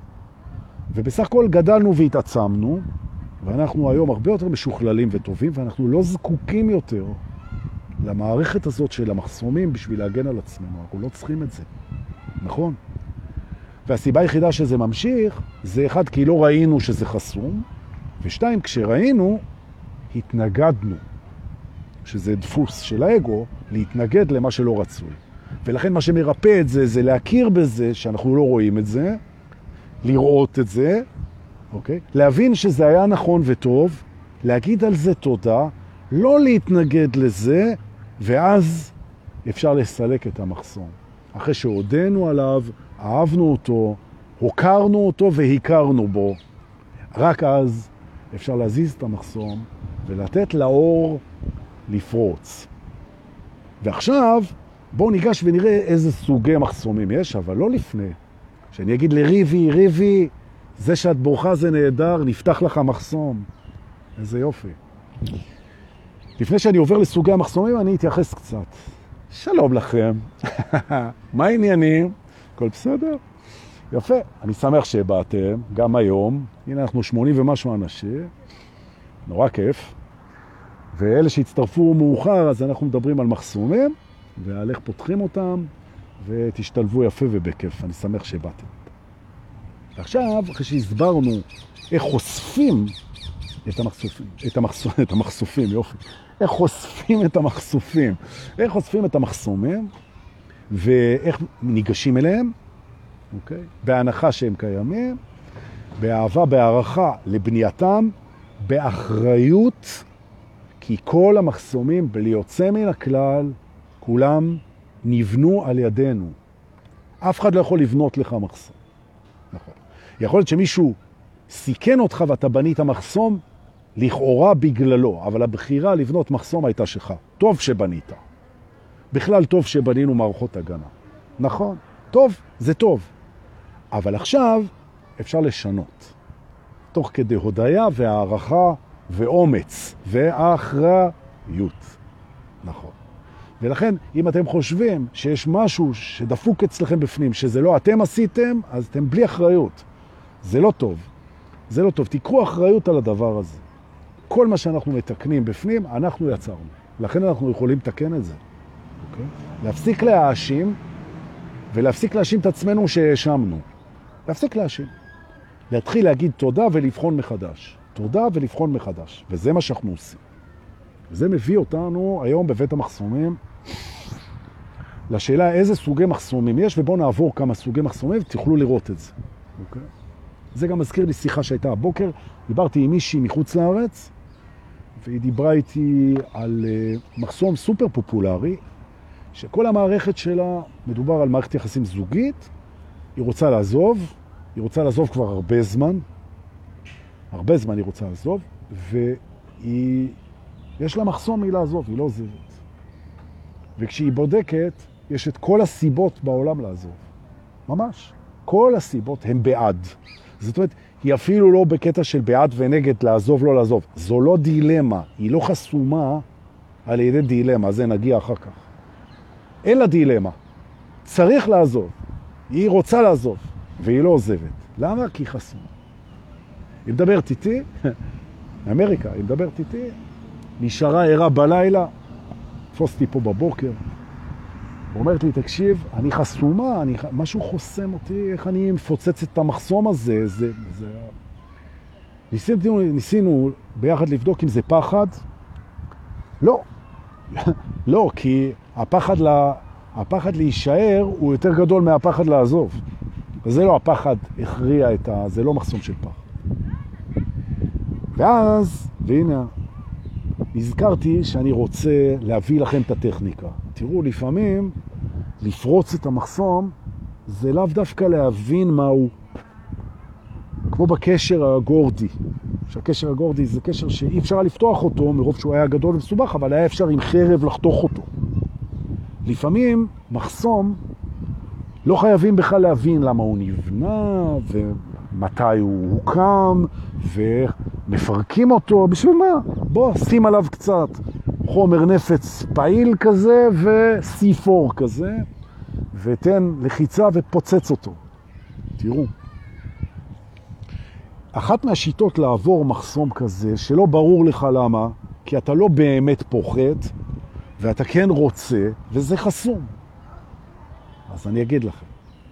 ובסך הכל גדלנו והתעצמנו, ואנחנו היום הרבה יותר משוכללים וטובים, ואנחנו לא זקוקים יותר למערכת הזאת של המחסומים בשביל להגן על עצמנו. אנחנו לא צריכים את זה. נכון? והסיבה היחידה שזה ממשיך, זה אחד, כי לא ראינו שזה חסום, ושתיים, כשראינו, התנגדנו, שזה דפוס של האגו, להתנגד למה שלא רצוי. ולכן מה שמרפא את זה, זה להכיר בזה, שאנחנו לא רואים את זה, לראות את זה, אוקיי? להבין שזה היה נכון וטוב, להגיד על זה תודה, לא להתנגד לזה, ואז אפשר לסלק את המחסום. אחרי שהודנו עליו, אהבנו אותו, הוקרנו אותו והכרנו בו, רק אז אפשר להזיז את המחסום ולתת לאור לפרוץ. ועכשיו בואו ניגש ונראה איזה סוגי מחסומים יש, אבל לא לפני. שאני אגיד לריבי, ריבי, זה שאת בורחה זה נהדר, נפתח לך מחסום. איזה יופי. לפני שאני עובר לסוגי המחסומים, אני אתייחס קצת. שלום לכם. מה העניינים? הכל בסדר? יפה. אני שמח שבאתם, גם היום. הנה אנחנו שמונים ומשהו אנשים. נורא כיף. ואלה שהצטרפו מאוחר, אז אנחנו מדברים על מחסומים, ועל איך פותחים אותם, ותשתלבו יפה ובכיף. אני שמח שבאתם. עכשיו, אחרי שהסברנו איך חושפים את המחשופים, את המחשופים, את המחשופים, יופי. איך חושפים את המחשופים, איך חושפים את המחסומים, ואיך ניגשים אליהם, אוקיי? בהנחה שהם קיימים, באהבה, בהערכה לבנייתם, באחריות, כי כל המחסומים, בלי יוצא מן הכלל, כולם נבנו על ידינו. אף אחד לא יכול לבנות לך מחסום. נכון. יכול להיות שמישהו סיכן אותך ואתה בנית מחסום, לכאורה בגללו, אבל הבחירה לבנות מחסום הייתה שלך. טוב שבנית. בכלל טוב שבנינו מערכות הגנה. נכון, טוב, זה טוב. אבל עכשיו אפשר לשנות. תוך כדי הודיה והערכה ואומץ והאחריות. נכון. ולכן, אם אתם חושבים שיש משהו שדפוק אצלכם בפנים, שזה לא אתם עשיתם, אז אתם בלי אחריות. זה לא טוב. זה לא טוב. תיקחו אחריות על הדבר הזה. כל מה שאנחנו מתקנים בפנים, אנחנו יצרנו. לכן אנחנו יכולים לתקן את זה. Okay? להפסיק להאשים, ולהפסיק להאשים את עצמנו שהאשמנו. להפסיק להאשים. להתחיל להגיד תודה ולבחון מחדש. תודה ולבחון מחדש. וזה מה שאנחנו עושים. וזה מביא אותנו היום בבית המחסומים לשאלה איזה סוגי מחסומים יש, ובואו נעבור כמה סוגי מחסומים ותוכלו לראות את זה. Okay? זה גם מזכיר לי שיחה שהייתה הבוקר. דיברתי עם מישהי מחוץ לארץ, והיא דיברה איתי על מחסום סופר פופולרי, שכל המערכת שלה מדובר על מערכת יחסים זוגית, היא רוצה לעזוב, היא רוצה לעזוב כבר הרבה זמן, הרבה זמן היא רוצה לעזוב, והיא, יש לה מחסום היא לעזוב, היא לא עוזבת. וכשהיא בודקת, יש את כל הסיבות בעולם לעזוב. ממש. כל הסיבות הן בעד. זאת אומרת, היא אפילו לא בקטע של בעד ונגד לעזוב, לא לעזוב. זו לא דילמה, היא לא חסומה על ידי דילמה, זה נגיע אחר כך. אין לה דילמה. צריך לעזוב. היא רוצה לעזוב, והיא לא עוזבת. למה? כי היא חסומה. היא מדברת איתי, אמריקה, היא מדברת איתי, נשארה ערה בלילה, תפוסתי פה בבוקר, אומרת לי, תקשיב, אני חסומה, אני, משהו חוסם אותי, איך אני מפוצץ את המחסום הזה, זה, זה... ניסינו, ניסינו ביחד לבדוק אם זה פחד, לא, לא, כי הפחד, לה, הפחד להישאר הוא יותר גדול מהפחד לעזוב, וזה לא הפחד הכריע את ה... זה לא מחסום של פחד. ואז, והנה, נזכרתי שאני רוצה להביא לכם את הטכניקה. תראו, לפעמים לפרוץ את המחסום זה לאו דווקא להבין מהו. כמו בקשר הגורדי. שהקשר הגורדי זה קשר שאי אפשר לפתוח אותו מרוב שהוא היה גדול ומסובך, אבל היה אפשר עם חרב לחתוך אותו. לפעמים מחסום לא חייבים בכלל להבין למה הוא נבנה ומתי הוא הוקם ומפרקים אותו. בשביל מה? בוא, שים עליו קצת חומר נפץ פעיל כזה ו-סי פור כזה ותן לחיצה ופוצץ אותו. תראו. אחת מהשיטות לעבור מחסום כזה שלא ברור לך למה, כי אתה לא באמת פוחד ואתה כן רוצה וזה חסום. אז אני אגיד לכם.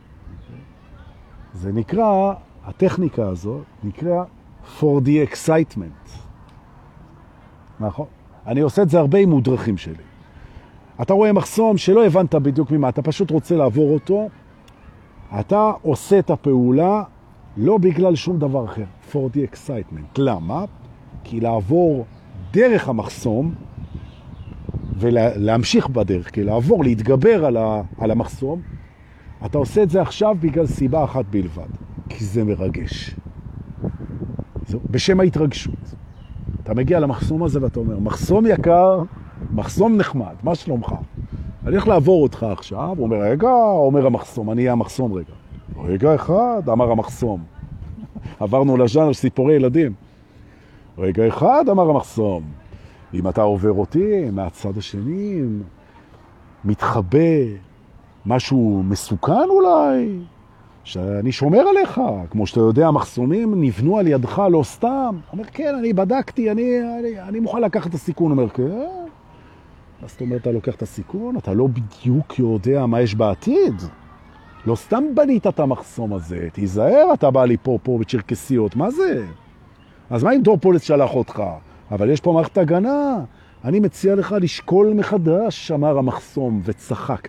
זה נקרא, הטכניקה הזו נקרא for the excitement. נכון? אני עושה את זה הרבה עם מודרכים שלי. אתה רואה מחסום שלא הבנת בדיוק ממה, אתה פשוט רוצה לעבור אותו, אתה עושה את הפעולה לא בגלל שום דבר אחר. for the excitement. למה? כי לעבור דרך המחסום, ולהמשיך בדרך, כי לעבור, להתגבר על, ה, על המחסום, אתה עושה את זה עכשיו בגלל סיבה אחת בלבד, כי זה מרגש. זה, בשם ההתרגשות. אתה מגיע למחסום הזה ואתה אומר, מחסום יקר, מחסום נחמד, מה שלומך? אני הולך לעבור אותך עכשיו, הוא אומר, רגע, אומר המחסום, אני אהיה המחסום רגע. רגע אחד, אמר המחסום. עברנו לז'אנר סיפורי ילדים. רגע אחד, אמר המחסום. אם אתה עובר אותי מהצד השני, מתחבא משהו מסוכן אולי, שאני שומר עליך. כמו שאתה יודע, המחסומים נבנו על ידך לא סתם. אומר, כן, אני בדקתי, אני, אני, אני מוכן לקחת את הסיכון. אומר, כן. אז זאת אומרת, אתה לוקח את הסיכון, אתה לא בדיוק יודע מה יש בעתיד. לא סתם בנית את המחסום הזה. תיזהר, אתה בא לי פה, פה בצ'רקסיות. מה זה? אז מה אם דורפולס שלח אותך? אבל יש פה מערכת הגנה. אני מציע לך לשקול מחדש, אמר המחסום, וצחק.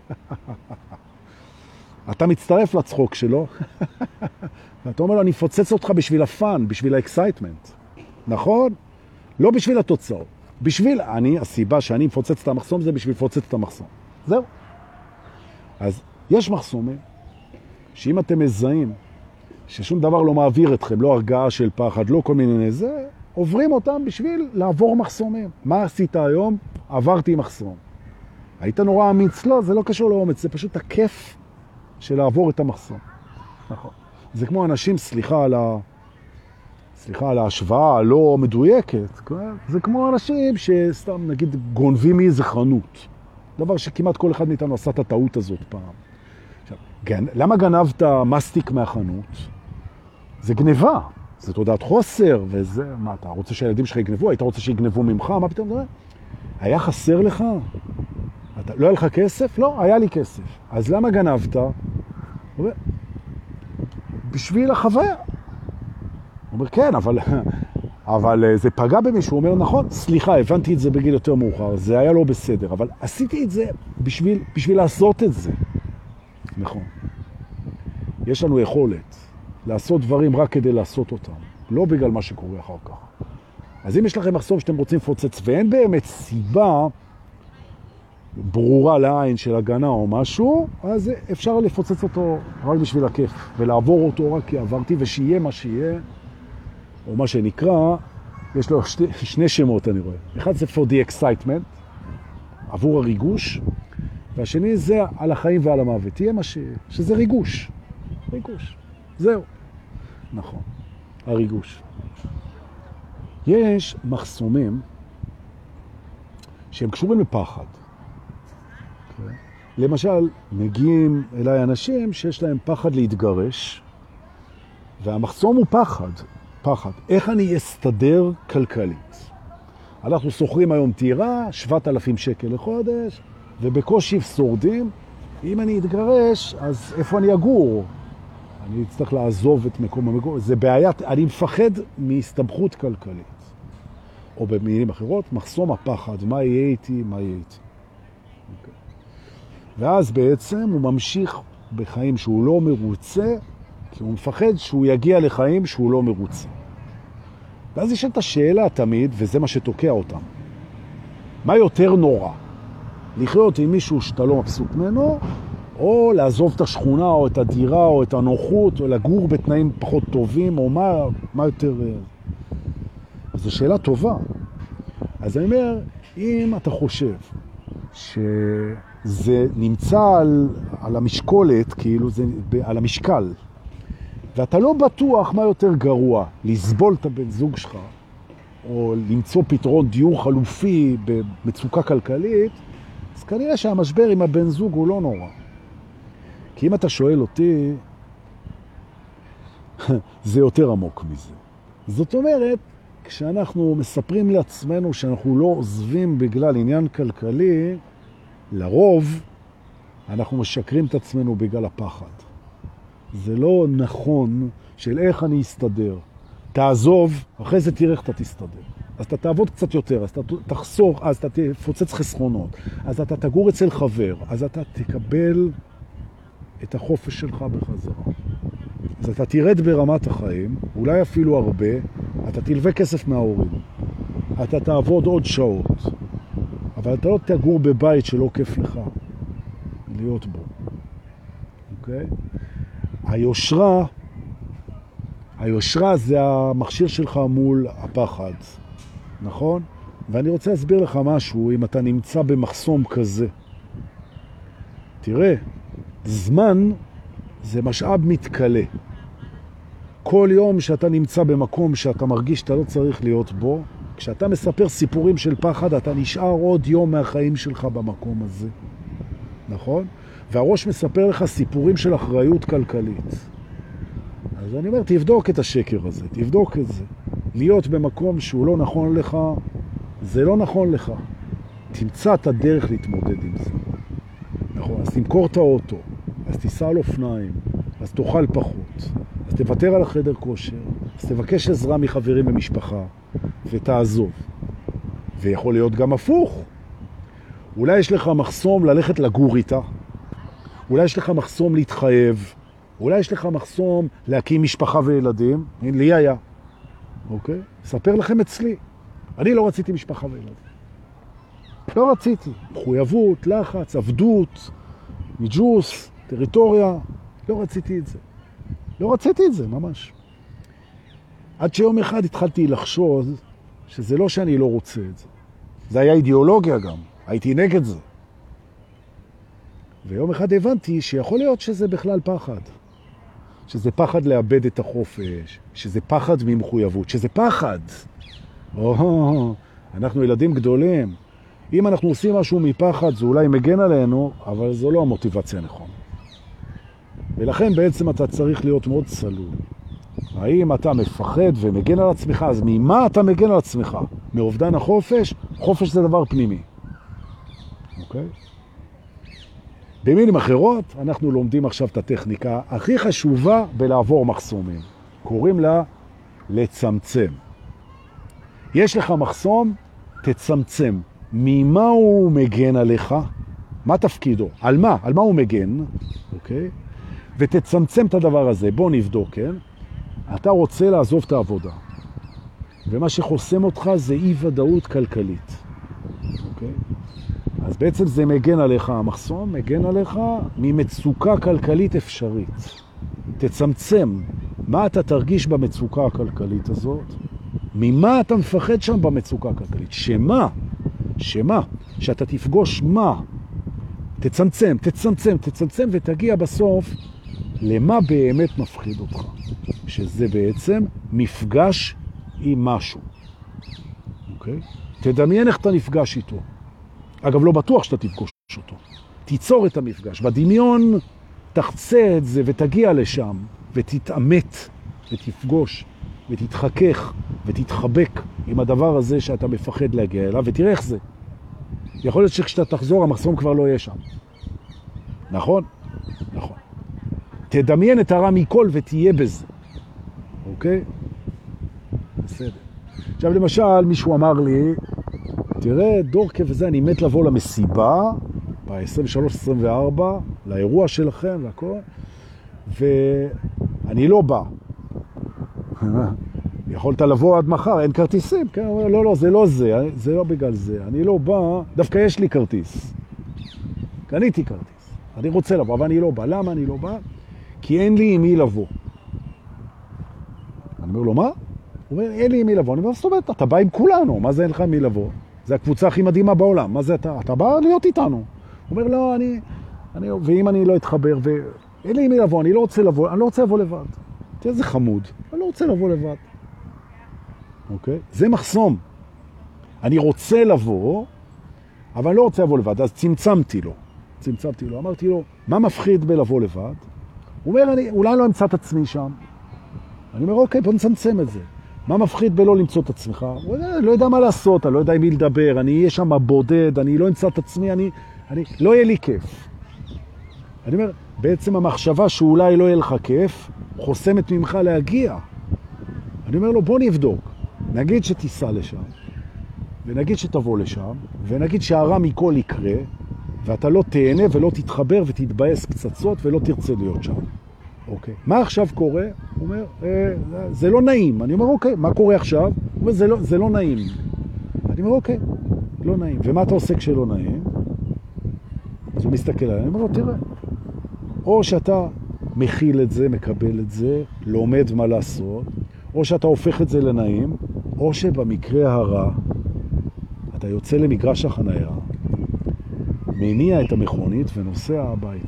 אתה מצטרף לצחוק שלו, ואתה אומר לו, אני אפוצץ אותך בשביל הפן, בשביל האקסייטמנט. נכון? לא בשביל התוצאות. בשביל, אני, הסיבה שאני מפוצץ את המחסום זה בשביל לפוצץ את המחסום. זהו. אז יש מחסומים, שאם אתם מזהים, ששום דבר לא מעביר אתכם, לא הרגעה של פחד, לא כל מיני זה, עוברים אותם בשביל לעבור מחסומים. מה עשית היום? עברתי מחסום. היית נורא אמיץ? לא, זה לא קשור לאומץ, זה פשוט הכיף של לעבור את המחסום. נכון. זה כמו אנשים, סליחה על ה... סליחה על ההשוואה הלא מדויקת, זה כמו אנשים שסתם נגיד גונבים מאיזה חנות. דבר שכמעט כל אחד מאיתנו עשה את הטעות הזאת פעם. עכשיו, גנ... למה גנבת מסטיק מהחנות? זה גניבה. זה תודעת חוסר, וזה, מה, אתה רוצה שהילדים שלך יגנבו? היית רוצה שיגנבו ממך? מה פתאום זה? היה חסר לך? אתה, לא היה לך כסף? לא, היה לי כסף. אז למה גנבת? אומר, בשביל החוויה. הוא אומר, כן, אבל, אבל זה פגע במישהו. הוא אומר, נכון, סליחה, הבנתי את זה בגיל יותר מאוחר, זה היה לא בסדר, אבל עשיתי את זה בשביל, בשביל לעשות את זה. נכון. יש לנו יכולת לעשות דברים רק כדי לעשות אותם, לא בגלל מה שקורה אחר כך. אז אם יש לכם מחסום שאתם רוצים לפוצץ, ואין באמת סיבה ברורה לעין של הגנה או משהו, אז אפשר לפוצץ אותו רק בשביל הכיף, ולעבור אותו רק כי עברתי, ושיהיה מה שיהיה, או מה שנקרא, יש לו שני, שני שמות אני רואה. אחד זה for the excitement, עבור הריגוש, והשני זה על החיים ועל המוות. תהיה מה ש... שזה ריגוש. ריגוש. זהו. נכון. הריגוש. יש מחסומים שהם קשורים לפחד. Okay. למשל, מגיעים אליי אנשים שיש להם פחד להתגרש, והמחסום הוא פחד. פחד. איך אני אסתדר כלכלית? אנחנו סוחרים היום טירה, שבעת אלפים שקל לחודש, ובקושי שורדים. אם אני אתגרש, אז איפה אני אגור? אני אצטרך לעזוב את מקום המגור. זה בעיית, אני מפחד מהסתבכות כלכלית. או במילים אחרות, מחסום הפחד, מה יהיה איתי, מה יהיה איתי. Okay. ואז בעצם הוא ממשיך בחיים שהוא לא מרוצה, כי הוא מפחד שהוא יגיע לחיים שהוא לא מרוצה. ואז יש את השאלה תמיד, וזה מה שתוקע אותם. מה יותר נורא? לחיות עם מישהו שאתה לא מבסוט ממנו, או לעזוב את השכונה, או את הדירה, או את הנוחות, או לגור בתנאים פחות טובים, או מה, מה יותר... אז זו שאלה טובה. אז אני אומר, אם אתה חושב שזה נמצא על, על המשקולת, כאילו זה על המשקל, ואתה לא בטוח מה יותר גרוע, לסבול את הבן זוג שלך, או למצוא פתרון דיור חלופי במצוקה כלכלית, אז כנראה שהמשבר עם הבן זוג הוא לא נורא. כי אם אתה שואל אותי, זה יותר עמוק מזה. זאת אומרת, כשאנחנו מספרים לעצמנו שאנחנו לא עוזבים בגלל עניין כלכלי, לרוב אנחנו משקרים את עצמנו בגלל הפחד. זה לא נכון של איך אני אסתדר. תעזוב, אחרי זה תראה איך אתה תסתדר. אז אתה תעבוד קצת יותר, אז אתה תחסוך, אז אתה תפוצץ חסכונות, אז אתה תגור אצל חבר, אז אתה תקבל את החופש שלך בחזרה. אז אתה תירד ברמת החיים, אולי אפילו הרבה, אתה תלווה כסף מההורים, אתה תעבוד עוד שעות, אבל אתה לא תגור בבית שלא כיף לך להיות בו. אוקיי? היושרה, היושרה זה המכשיר שלך מול הפחד, נכון? ואני רוצה להסביר לך משהו, אם אתה נמצא במחסום כזה. תראה, זמן זה משאב מתקלה. כל יום שאתה נמצא במקום שאתה מרגיש שאתה לא צריך להיות בו, כשאתה מספר סיפורים של פחד, אתה נשאר עוד יום מהחיים שלך במקום הזה. נכון? והראש מספר לך סיפורים של אחריות כלכלית. אז אני אומר, תבדוק את השקר הזה, תבדוק את זה. להיות במקום שהוא לא נכון לך, זה לא נכון לך. תמצא את הדרך להתמודד עם זה. נכון, אז תמכור את האוטו, אז תיסע על אופניים, אז תאכל פחות, אז תוותר על החדר כושר, אז תבקש עזרה מחברים ומשפחה, ותעזוב. ויכול להיות גם הפוך. אולי יש לך מחסום ללכת לגור איתה, אולי יש לך מחסום להתחייב, אולי יש לך מחסום להקים משפחה וילדים. הנה, לי היה. אוקיי? ספר לכם אצלי. אני לא רציתי משפחה וילדים. לא רציתי. מחויבות, לחץ, עבדות, מג'וס, טריטוריה. לא רציתי את זה. לא רציתי את זה, ממש. עד שיום אחד התחלתי לחשוב שזה לא שאני לא רוצה את זה. זה היה אידיאולוגיה גם. הייתי נגד זה. ויום אחד הבנתי שיכול להיות שזה בכלל פחד. שזה פחד לאבד את החופש, שזה פחד ממחויבות, שזה פחד. או, אנחנו ילדים גדולים. אם אנחנו עושים משהו מפחד, זה אולי מגן עלינו, אבל זו לא המוטיבציה הנכון. ולכן בעצם אתה צריך להיות מאוד צלול. האם אתה מפחד ומגן על עצמך, אז ממה אתה מגן על עצמך? מאובדן החופש? חופש זה דבר פנימי. אוקיי? במילים אחרות, אנחנו לומדים עכשיו את הטכניקה הכי חשובה בלעבור מחסומים. קוראים לה לצמצם. יש לך מחסום, תצמצם. ממה הוא מגן עליך? מה תפקידו? על מה? על מה הוא מגן? אוקיי? ותצמצם את הדבר הזה. בוא נבדוק, כן? אתה רוצה לעזוב את העבודה. ומה שחוסם אותך זה אי ודאות כלכלית. אוקיי? אז בעצם זה מגן עליך, המחסום מגן עליך ממצוקה כלכלית אפשרית. תצמצם. מה אתה תרגיש במצוקה הכלכלית הזאת? ממה אתה מפחד שם במצוקה הכלכלית? שמה? שמה? שאתה תפגוש מה? תצמצם, תצמצם, תצמצם ותגיע בסוף למה באמת מפחיד אותך. שזה בעצם מפגש עם משהו. אוקיי? תדמיין איך אתה נפגש איתו. אגב, לא בטוח שאתה תפגוש אותו. תיצור את המפגש. בדמיון תחצה את זה ותגיע לשם, ותתאמת, ותפגוש, ותתחכך, ותתחבק עם הדבר הזה שאתה מפחד להגיע אליו, ותראה איך זה. יכול להיות שכשאתה תחזור, המחסום כבר לא יהיה שם. נכון? נכון. תדמיין את הרע מכל ותהיה בזה. אוקיי? בסדר. עכשיו למשל, מישהו אמר לי, תראה, דורקה וזה, אני מת לבוא למסיבה, ב-עשרים ושלוש עשרים וארבע, לאירוע שלכם והכל, ואני לא בא. יכולת לבוא עד מחר, אין כרטיסים. כן, אומר, לא, לא, זה לא זה, זה לא בגלל זה. אני לא בא, דווקא יש לי כרטיס. קניתי כרטיס. אני רוצה לבוא, אבל אני לא בא. למה אני לא בא? כי אין לי עם מי לבוא. אני אומר לו, מה? הוא אומר, אין לי עם מי לבוא. אני אומר, זאת אומרת, אתה בא עם כולנו, מה זה אין לך עם מי לבוא? זה הקבוצה הכי מדהימה בעולם. מה זה אתה? אתה בא להיות איתנו. הוא אומר, לא, אני, אני, ואם אני לא אתחבר, ואין לי עם מי לבוא, אני לא רוצה לבוא, אני לא רוצה לבוא לבד. תראה, זה חמוד. אני לא רוצה לבוא לבד. אוקיי? זה מחסום. אני רוצה לבוא, אבל אני לא רוצה לבוא לבד, אז צמצמתי לו. צמצמתי לו. אמרתי לו, מה מפחיד בלבוא לבד? הוא אומר, אני אולי לא אמצא את עצמי שם. אני אומר, אוקיי, בוא נצמצם את זה. מה מפחיד בלא למצוא את עצמך? הוא אומר, אני לא יודע מה לעשות, אני לא יודע עם מי לדבר, אני אהיה שם בודד, אני לא אמצא את עצמי, אני, אני, לא יהיה לי כיף. אני אומר, בעצם המחשבה שאולי לא יהיה לך כיף, חוסמת ממך להגיע. אני אומר לו, בוא נבדוק. נגיד שתיסע לשם, ונגיד שתבוא לשם, ונגיד שהרע מכל יקרה, ואתה לא תהנה ולא תתחבר ותתבאס פצצות ולא תרצה להיות שם. אוקיי. מה עכשיו קורה? הוא אומר, אה, זה לא נעים. אני אומר, אוקיי, מה קורה עכשיו? הוא אומר, זה לא, זה לא נעים. אני אומר, אוקיי, לא נעים. ומה אתה עושה כשלא נעים? אז הוא מסתכל עליי, אני אומר לו, תראה, או שאתה מכיל את זה, מקבל את זה, לומד מה לעשות, או שאתה הופך את זה לנעים, או שבמקרה הרע, אתה יוצא למגרש החנייה, מניע את המכונית ונוסע הביתה.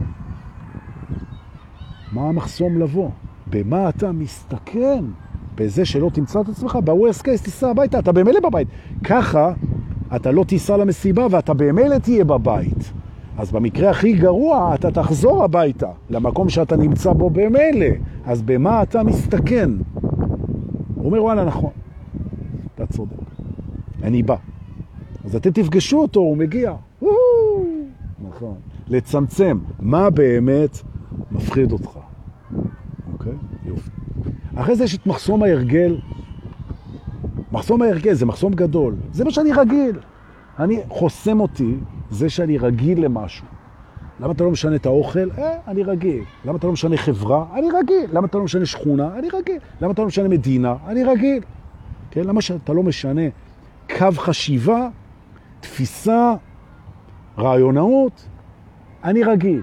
מה המחסום לבוא? במה אתה מסתכן? בזה שלא תמצא את עצמך? ב-worst case תיסע הביתה, אתה במילא בבית. ככה אתה לא תיסע למסיבה ואתה במילא תהיה בבית. אז במקרה הכי גרוע אתה תחזור הביתה, למקום שאתה נמצא בו במילא. אז במה אתה מסתכן? הוא אומר, וואלה, נכון. אתה צודק. אני בא. אז אתם תפגשו אותו, הוא מגיע. נכון. לצמצם. מה באמת מפחיד אותך? אוקיי? יופי. אחרי זה יש את מחסום ההרגל. מחסום ההרגל זה מחסום גדול. זה מה שאני רגיל. אני חוסם אותי, זה שאני רגיל למשהו. למה אתה לא משנה את האוכל? אה, אני רגיל. למה אתה לא משנה חברה? אני רגיל. למה אתה לא משנה שכונה? אני רגיל. למה אתה לא משנה מדינה? אני רגיל. כן? למה שאתה לא משנה קו חשיבה, תפיסה, רעיונאות? אני רגיל.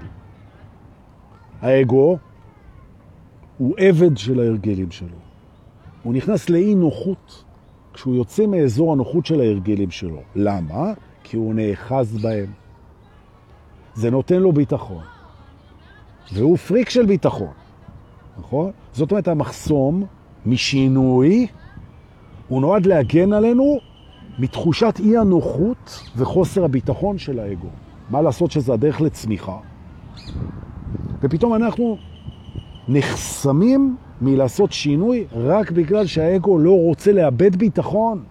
האגו הוא עבד של ההרגלים שלו. הוא נכנס לאי נוחות כשהוא יוצא מאזור הנוחות של ההרגלים שלו. למה? כי הוא נאחז בהם. זה נותן לו ביטחון. והוא פריק של ביטחון. נכון? זאת אומרת, המחסום משינוי, הוא נועד להגן עלינו מתחושת אי הנוחות וחוסר הביטחון של האגו. מה לעשות שזה הדרך לצמיחה? ופתאום אנחנו נחסמים מלעשות שינוי רק בגלל שהאגו לא רוצה לאבד ביטחון.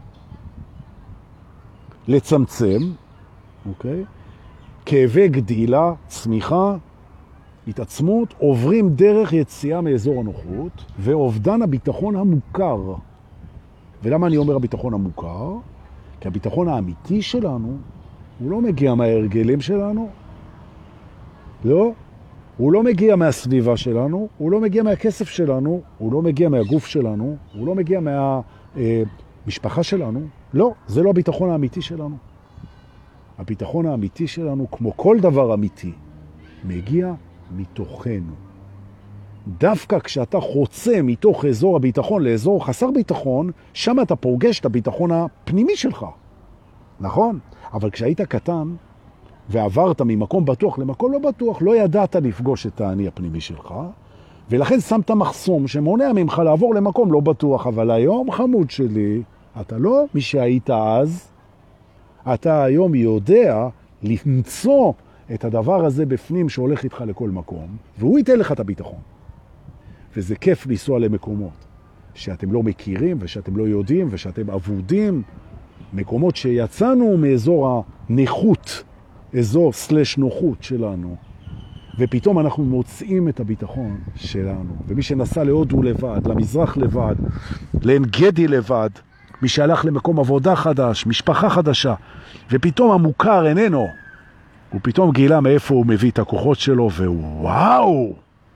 לצמצם, אוקיי? כאבי גדילה, צמיחה, התעצמות, עוברים דרך יציאה מאזור הנוחות, ואובדן הביטחון המוכר. ולמה אני אומר הביטחון המוכר? כי הביטחון האמיתי שלנו, הוא לא מגיע מההרגלים שלנו, לא? הוא לא מגיע מהסביבה שלנו, הוא לא מגיע מהכסף שלנו, הוא לא מגיע מהגוף שלנו, הוא לא מגיע מהמשפחה שלנו. לא, זה לא הביטחון האמיתי שלנו. הביטחון האמיתי שלנו, כמו כל דבר אמיתי, מגיע מתוכנו. דווקא כשאתה חוצה מתוך אזור הביטחון לאזור חסר ביטחון, שם אתה פוגש את הביטחון הפנימי שלך. נכון? אבל כשהיית קטן ועברת ממקום בטוח למקום לא בטוח, לא ידעת לפגוש את האני הפנימי שלך, ולכן שמת מחסום שמונע ממך לעבור למקום לא בטוח. אבל היום, חמוד שלי, אתה לא מי שהיית אז, אתה היום יודע למצוא את הדבר הזה בפנים שהולך איתך לכל מקום, והוא ייתן לך את הביטחון. וזה כיף לנסוע למקומות שאתם לא מכירים ושאתם לא יודעים ושאתם עבודים, מקומות שיצאנו מאזור הנוחות, אזור סלש נוחות שלנו, ופתאום אנחנו מוצאים את הביטחון שלנו. ומי שנסע להודו לבד, למזרח לבד, לעין גדי לבד, מי שהלך למקום עבודה חדש, משפחה חדשה, ופתאום המוכר איננו, הוא פתאום גילה מאיפה הוא מביא את הכוחות שלו, ווואו!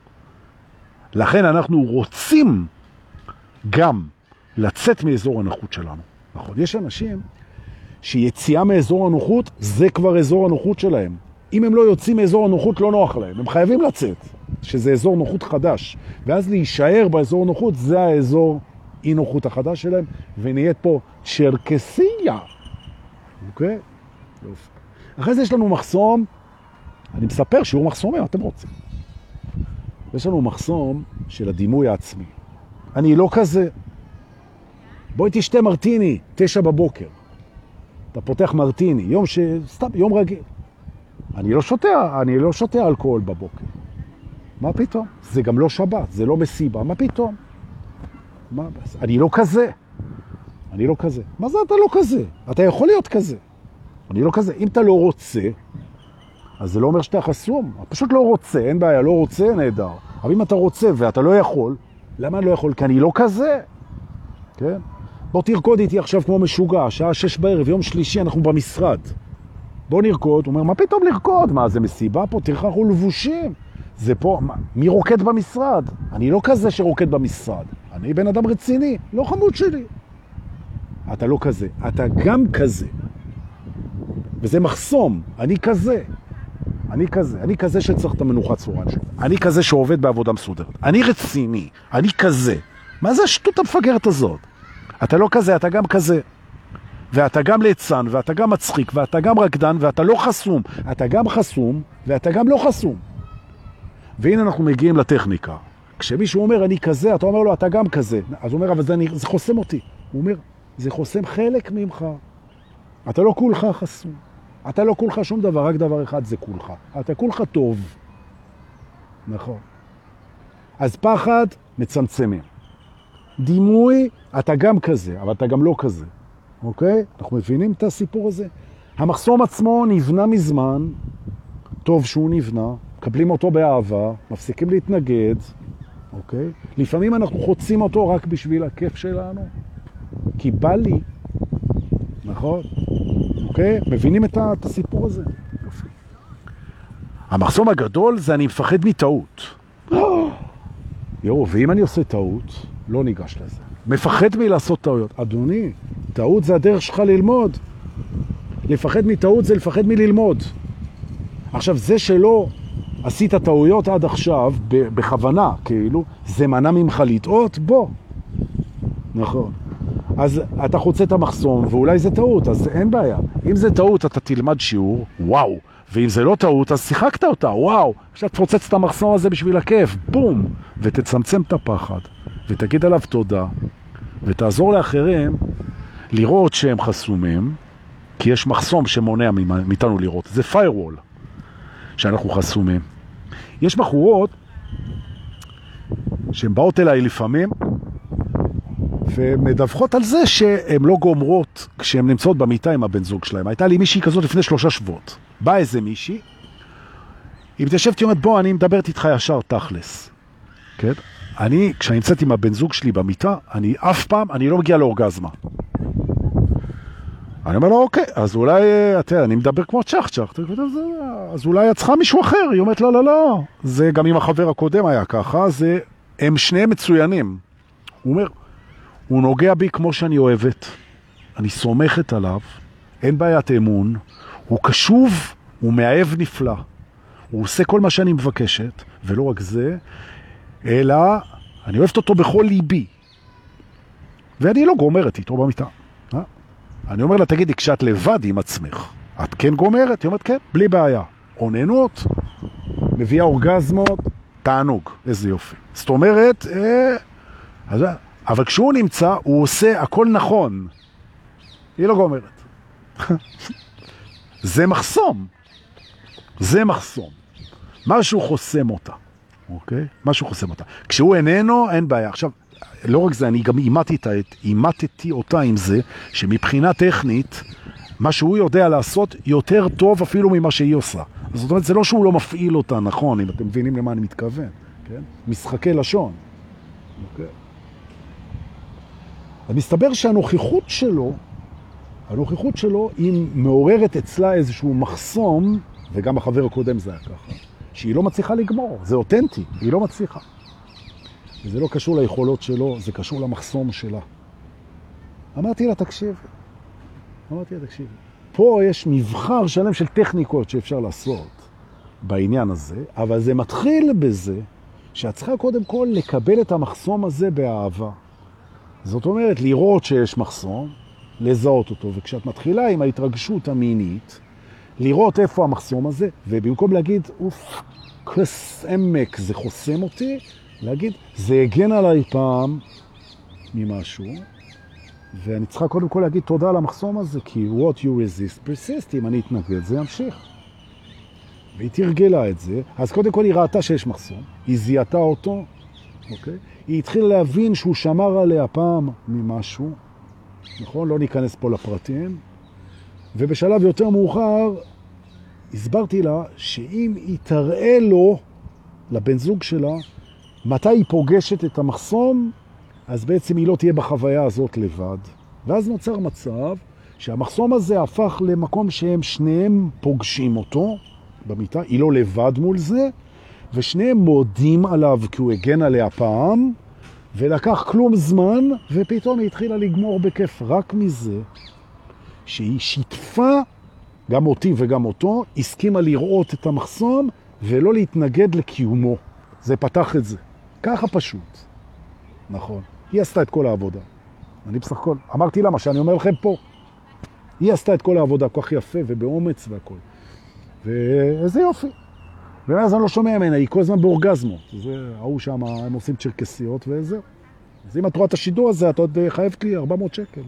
לכן אנחנו רוצים גם לצאת מאזור הנוחות שלנו. נכון, יש אנשים שיציאה מאזור הנוחות זה כבר אזור הנוחות שלהם. אם הם לא יוצאים מאזור הנוחות לא נוח להם, הם חייבים לצאת, שזה אזור נוחות חדש. ואז להישאר באזור נוחות זה האזור אי נוחות החדש שלהם, ונהיית פה צ'רקסיה. אוקיי? יופי. אחרי זה יש לנו מחסום, אני מספר שיעור מחסומים, אתם רוצים. יש לנו מחסום של הדימוי העצמי. אני לא כזה. בואי תשתה מרטיני, תשע בבוקר. אתה פותח מרטיני, יום ש... סתם, יום רגיל. אני לא שותה, אני לא שותה אלכוהול בבוקר. מה פתאום? זה גם לא שבת, זה לא מסיבה, מה פתאום? מה? אני לא כזה. אני לא כזה. מה זה אתה לא כזה? אתה יכול להיות כזה. אני לא כזה. אם אתה לא רוצה, אז זה לא אומר שאתה חסום. אתה פשוט לא רוצה, אין בעיה, לא רוצה, נהדר. אבל אם אתה רוצה ואתה לא יכול, למה אני לא יכול? כי אני לא כזה. כן? בוא תרקוד איתי עכשיו כמו משוגע, שעה שש בערב, יום שלישי, אנחנו במשרד. בוא נרקוד. הוא אומר, מה פתאום לרקוד? מה, זה מסיבה פה? תראה, אנחנו לבושים. זה פה, מה, מי רוקד במשרד? אני לא כזה שרוקד במשרד. אני בן אדם רציני, לא חמוד שלי. אתה לא כזה, אתה גם כזה. וזה מחסום, אני כזה. אני כזה, אני כזה שצריך את המנוחה צהריים שלו. אני כזה שעובד בעבודה מסודרת. אני רציני, אני כזה. מה זה השטות המפגרת הזאת? אתה לא כזה, אתה גם כזה. ואתה גם ליצן, ואתה גם מצחיק, ואתה גם רקדן, ואתה לא חסום. אתה גם חסום, ואתה גם לא חסום. והנה אנחנו מגיעים לטכניקה. כשמישהו אומר, אני כזה, אתה אומר לו, אתה גם כזה. אז הוא אומר, אבל זה, זה חוסם אותי. הוא אומר, זה חוסם חלק ממך. אתה לא כולך חסום. אתה לא כולך שום דבר, רק דבר אחד זה כולך. אתה כולך טוב. נכון. אז פחד מצמצמים. דימוי, אתה גם כזה, אבל אתה גם לא כזה. אוקיי? אנחנו מבינים את הסיפור הזה? המחסום עצמו נבנה מזמן, טוב שהוא נבנה, מקבלים אותו באהבה, מפסיקים להתנגד, אוקיי? לפעמים אנחנו חוצים אותו רק בשביל הכיף שלנו, כי בא לי, נכון? אוקיי? מבינים את הסיפור הזה? יופי. המחסום הגדול זה אני מפחד מטעות. יו, ואם אני עושה טעות, לא ניגש לזה. מפחד מלעשות טעויות. אדוני, טעות זה הדרך שלך ללמוד. לפחד מטעות זה לפחד מללמוד. עכשיו, זה שלא עשית טעויות עד עכשיו, בכוונה, כאילו, זה מנע ממך לטעות? בוא. נכון. אז אתה חוצה את המחסום, ואולי זה טעות, אז אין בעיה. אם זה טעות, אתה תלמד שיעור, וואו. ואם זה לא טעות, אז שיחקת אותה, וואו. עכשיו תפוצץ את המחסום הזה בשביל הכיף, בום. ותצמצם את הפחד, ותגיד עליו תודה, ותעזור לאחרים לראות שהם חסומים, כי יש מחסום שמונע מאיתנו לראות. זה firewall, שאנחנו חסומים. יש בחורות שהן באות אליי לפעמים, ומדווחות על זה שהן לא גומרות כשהן נמצאות במיטה עם הבן זוג שלהם. הייתה לי מישהי כזאת לפני שלושה שבועות. באה איזה מישהי, היא מתיישבת, היא אומרת, בוא, אני מדברת איתך ישר תכלס. כן? אני, כשאני נמצאת עם הבן זוג שלי במיטה, אני אף פעם, אני לא מגיע לאורגזמה. אני אומר לו, אוקיי, אז אולי, אתה, אני מדבר כמו צ'ח צ'ח, אז אולי את צריכה מישהו אחר. היא אומרת, לא, לא, לא. זה גם עם החבר הקודם היה ככה, זה, הם שניהם מצוינים. הוא אומר, הוא נוגע בי כמו שאני אוהבת, אני סומכת עליו, אין בעיית אמון, הוא קשוב, הוא מאהב נפלא, הוא עושה כל מה שאני מבקשת, ולא רק זה, אלא אני אוהבת אותו בכל ליבי, ואני לא גומרת איתו במיטה. אה? אני אומר לה, תגידי, כשאת לבד עם עצמך, את כן גומרת? היא אומרת, כן, בלי בעיה. עוננות, מביאה אורגזמות, תענוג, איזה יופי. זאת אומרת, אה, אז... אבל כשהוא נמצא, הוא עושה הכל נכון. היא לא גומרת. זה מחסום. זה מחסום. משהו חוסם אותה, אוקיי? משהו חוסם אותה. כשהוא איננו, אין בעיה. עכשיו, לא רק זה, אני גם אימתתי, אימתתי אותה עם זה, שמבחינה טכנית, מה שהוא יודע לעשות יותר טוב אפילו ממה שהיא עושה. זאת אומרת, זה לא שהוא לא מפעיל אותה, נכון, אם אתם מבינים למה אני מתכוון, כן? משחקי לשון. אוקיי? אז מסתבר שהנוכחות שלו, הנוכחות שלו היא מעוררת אצלה איזשהו מחסום, וגם החבר הקודם זה היה ככה, שהיא לא מצליחה לגמור, זה אותנטי, היא לא מצליחה. וזה לא קשור ליכולות שלו, זה קשור למחסום שלה. אמרתי לה, תקשיב. אמרתי לה, תקשיב. פה יש מבחר שלם של טכניקות שאפשר לעשות בעניין הזה, אבל זה מתחיל בזה שאת צריכה קודם כל לקבל את המחסום הזה באהבה. זאת אומרת, לראות שיש מחסום, לזהות אותו, וכשאת מתחילה עם ההתרגשות המינית, לראות איפה המחסום הזה, ובמקום להגיד, אוף, כס עמק, זה חוסם אותי, להגיד, זה הגן עליי פעם ממשהו, ואני צריכה קודם כל להגיד תודה על המחסום הזה, כי what you resist persist, אם אני אתנגד, זה ימשיך. והיא תרגלה את זה, אז קודם כל היא ראתה שיש מחסום, היא זיהתה אותו, אוקיי? היא התחילה להבין שהוא שמר עליה פעם ממשהו, נכון? לא ניכנס פה לפרטים, ובשלב יותר מאוחר, הסברתי לה שאם היא תראה לו, לבן זוג שלה, מתי היא פוגשת את המחסום, אז בעצם היא לא תהיה בחוויה הזאת לבד. ואז נוצר מצב שהמחסום הזה הפך למקום שהם שניהם פוגשים אותו במיטה, היא לא לבד מול זה, ושניהם מודים עליו כי הוא הגן עליה פעם, ולקח כלום זמן, ופתאום היא התחילה לגמור בכיף רק מזה, שהיא שיתפה גם אותי וגם אותו, הסכימה לראות את המחסום, ולא להתנגד לקיומו. זה פתח את זה. ככה פשוט. נכון. היא עשתה את כל העבודה. אני בסך הכל, אמרתי לה מה שאני אומר לכם פה. היא עשתה את כל העבודה כל כך יפה ובאומץ והכל. ואיזה יופי. ומאז אני לא שומע ממנה, היא כל הזמן באורגזמו. זה, ההוא שם, הם עושים צ'רקסיות וזה. אז אם את רואה את השידור הזה, את עוד חייבת לי ארבע מאות שקל.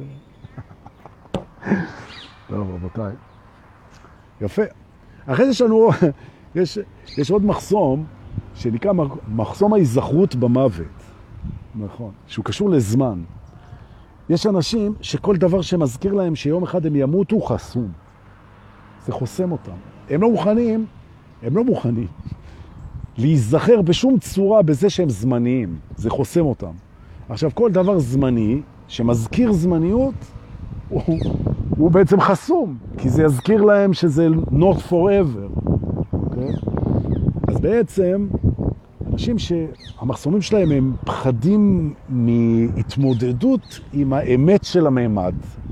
טוב, רבותיי. יפה. אחרי זה שלנו, יש, יש עוד מחסום, שנקרא מחסום ההיזכרות במוות. נכון. שהוא קשור לזמן. יש אנשים שכל דבר שמזכיר להם שיום אחד הם ימותו חסום. זה חוסם אותם. הם לא מוכנים, הם לא מוכנים להיזכר בשום צורה בזה שהם זמניים. זה חוסם אותם. עכשיו, כל דבר זמני שמזכיר זמניות, הוא, הוא בעצם חסום, כי זה יזכיר להם שזה not forever. Okay? אז בעצם, אנשים שהמחסומים שלהם הם פחדים מהתמודדות עם האמת של הממד,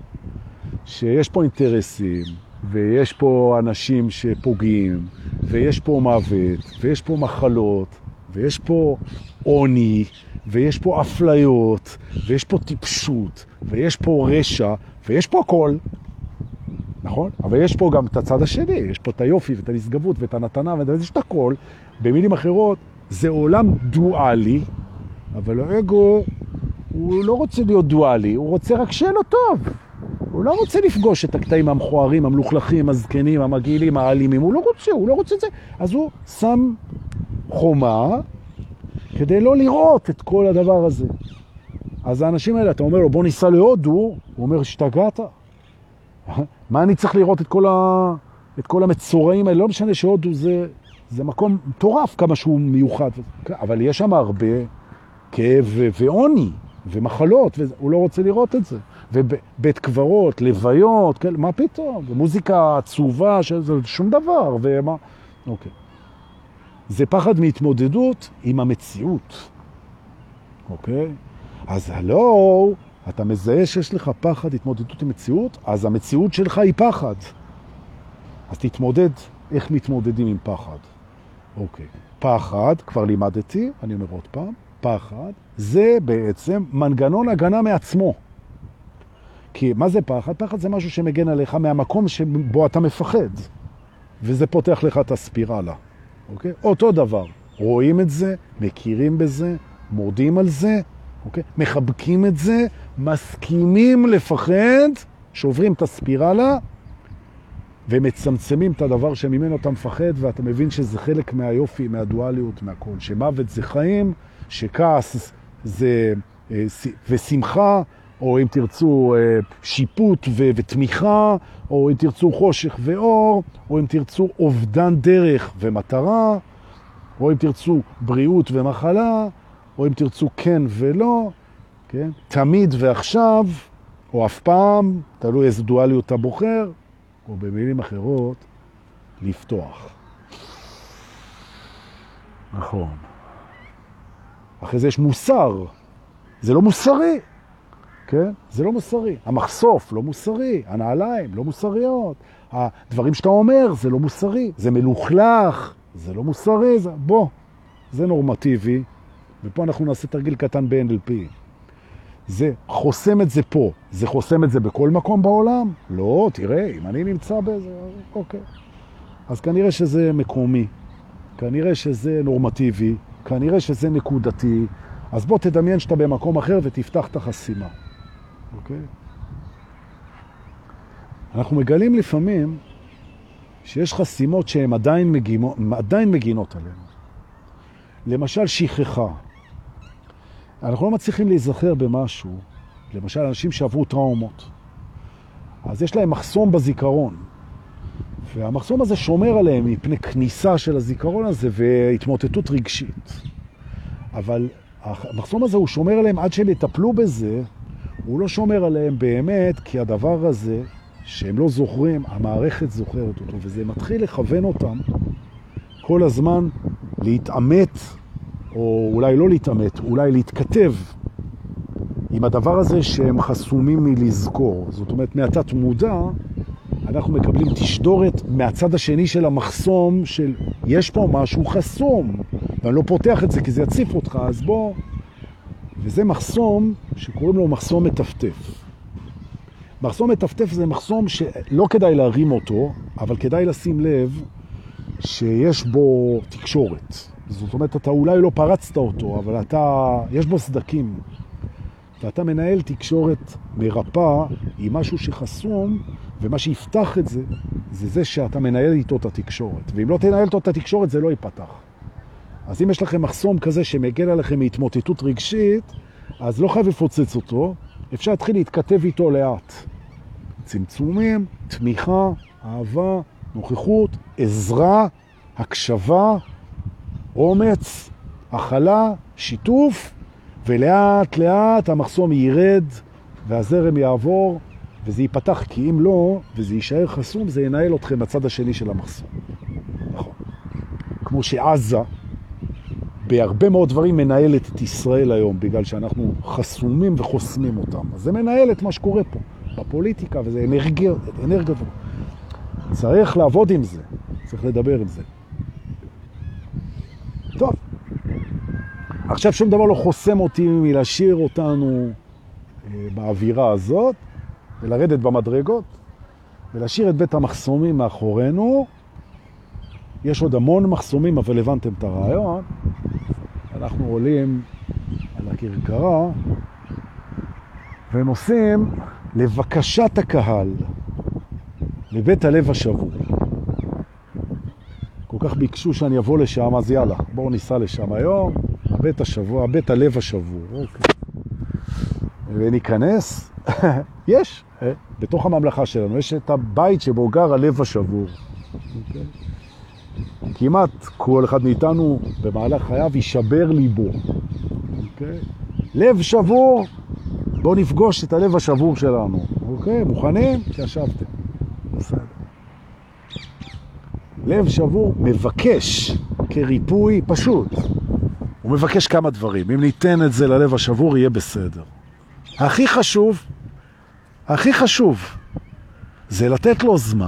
שיש פה אינטרסים, ויש פה אנשים שפוגעים, ויש פה מוות, ויש פה מחלות, ויש פה עוני, ויש פה אפליות, ויש פה טיפשות, ויש פה רשע, ויש פה הכל. נכון? אבל יש פה גם את הצד השני, יש פה את היופי ואת הנשגבות ואת הנתנה, ויש את הכל. במילים אחרות, זה עולם דואלי, אבל האגו, הוא לא רוצה להיות דואלי, הוא רוצה רק שיהיה לו טוב. הוא לא רוצה לפגוש את הקטעים המכוערים, המלוכלכים, הזקנים, המגעילים, האלימים, הוא לא רוצה, הוא לא רוצה את זה. אז הוא שם חומה כדי לא לראות את כל הדבר הזה. אז האנשים האלה, אתה אומר לו, בוא ניסע להודו, הוא אומר, השתגעת. מה אני צריך לראות את כל, ה... את כל המצורעים האלה? לא משנה שהודו זה, זה מקום מטורף כמה שהוא מיוחד. אבל יש שם הרבה כאב ו... ועוני ומחלות, והוא לא רוצה לראות את זה. ובית קברות, לוויות, כאלה, מה פתאום? ומוזיקה עצובה, שזה שום דבר. ומה... אוקיי. זה פחד מהתמודדות עם המציאות. אוקיי? אז הלו, אתה מזהה שיש לך פחד, התמודדות עם מציאות, אז המציאות שלך היא פחד. אז תתמודד איך מתמודדים עם פחד. אוקיי. פחד, כבר לימדתי, אני אומר עוד פעם, פחד, זה בעצם מנגנון הגנה מעצמו. כי מה זה פחד? פחד זה משהו שמגן עליך מהמקום שבו אתה מפחד. וזה פותח לך את הספירלה. אוקיי? אותו דבר. רואים את זה, מכירים בזה, מורדים על זה, אוקיי? מחבקים את זה, מסכימים לפחד, שוברים את הספירלה, ומצמצמים את הדבר שממנו אתה מפחד, ואתה מבין שזה חלק מהיופי, מהדואליות, מהכל. שמוות זה חיים, שכעס זה ושמחה, או אם תרצו שיפוט ותמיכה, או אם תרצו חושך ואור, או אם תרצו אובדן דרך ומטרה, או אם תרצו בריאות ומחלה, או אם תרצו כן ולא, כן? תמיד ועכשיו, או אף פעם, תלוי איזה דואליות אתה בוחר, או במילים אחרות, לפתוח. נכון. אחרי זה יש מוסר. זה לא מוסרי. כן? זה לא מוסרי. המחשוף לא מוסרי. הנעליים לא מוסריות. הדברים שאתה אומר זה לא מוסרי. זה מלוכלך. זה לא מוסרי. זה... בוא. זה נורמטיבי. ופה אנחנו נעשה תרגיל קטן ב-אן אל פי. זה חוסם את זה פה. זה חוסם את זה בכל מקום בעולם? לא, תראה, אם אני נמצא בזה, אוקיי. אז כנראה שזה מקומי. כנראה שזה נורמטיבי. כנראה שזה נקודתי. אז בוא תדמיין שאתה במקום אחר ותפתח את החסימה. אוקיי? אנחנו מגלים לפעמים שיש חסימות שהן עדיין, מגינות, עדיין מגינות עלינו. למשל שכחה. אנחנו לא מצליחים להיזכר במשהו. למשל אנשים שעברו טראומות. אז יש להם מחסום בזיכרון. והמחסום הזה שומר עליהם מפני כניסה של הזיכרון הזה והתמוטטות רגשית. אבל המחסום הזה הוא שומר עליהם עד שהם יטפלו בזה, הוא לא שומר עליהם באמת, כי הדבר הזה שהם לא זוכרים, המערכת זוכרת אותו, וזה מתחיל לכוון אותם כל הזמן להתאמת, או אולי לא להתאמת, אולי להתכתב עם הדבר הזה שהם חסומים מלזכור. זאת אומרת, מהתת מודע, אנחנו מקבלים תשדורת מהצד השני של המחסום של יש פה משהו חסום, ואני לא פותח את זה כי זה יציף אותך, אז בוא. וזה מחסום שקוראים לו מחסום מטפטף. מחסום מטפטף זה מחסום שלא כדאי להרים אותו, אבל כדאי לשים לב שיש בו תקשורת. זאת אומרת, אתה אולי לא פרצת אותו, אבל אתה, יש בו סדקים. ואתה מנהל תקשורת מרפא עם משהו שחסום, ומה שיפתח את זה, זה זה שאתה מנהל איתו את התקשורת. ואם לא תנהל איתו את התקשורת, זה לא ייפתח. אז אם יש לכם מחסום כזה שמגן עליכם מהתמוטטות רגשית, אז לא חייב לפוצץ אותו, אפשר להתחיל להתכתב איתו לאט. צמצומים, תמיכה, אהבה, נוכחות, עזרה, הקשבה, אומץ, הכלה, שיתוף, ולאט לאט המחסום ירד והזרם יעבור וזה ייפתח, כי אם לא, וזה יישאר חסום, זה ינהל אתכם בצד השני של המחסום. נכון. כמו שעזה, בהרבה מאוד דברים מנהלת את ישראל היום, בגלל שאנחנו חסומים וחוסמים אותם. אז זה מנהל את מה שקורה פה, בפוליטיקה, וזה אנרגיה, אנרגיה. צריך לעבוד עם זה, צריך לדבר עם זה. טוב. עכשיו שום דבר לא חוסם אותי מלהשאיר אותנו באווירה הזאת, ולרדת במדרגות, ולהשאיר את בית המחסומים מאחורינו. יש עוד המון מחסומים, אבל הבנתם את הרעיון. אנחנו עולים על הכרכרה, ונוסעים לבקשת הקהל, לבית הלב השבור. כל כך ביקשו שאני אבוא לשם, אז יאללה, בואו ניסע לשם היום. הבית השבור, הבית הלב השבור. אוקיי. וניכנס. יש, בתוך הממלכה שלנו, יש את הבית שבו גר הלב השבור. אוקיי. כמעט כל אחד מאיתנו במהלך חייו יישבר ליבו. אוקיי. לב שבור, בואו נפגוש את הלב השבור שלנו. אוקיי, מוכנים? שישבתם. בסדר. לב שבור מבקש כריפוי פשוט. הוא מבקש כמה דברים. אם ניתן את זה ללב השבור, יהיה בסדר. הכי חשוב, הכי חשוב, זה לתת לו זמן.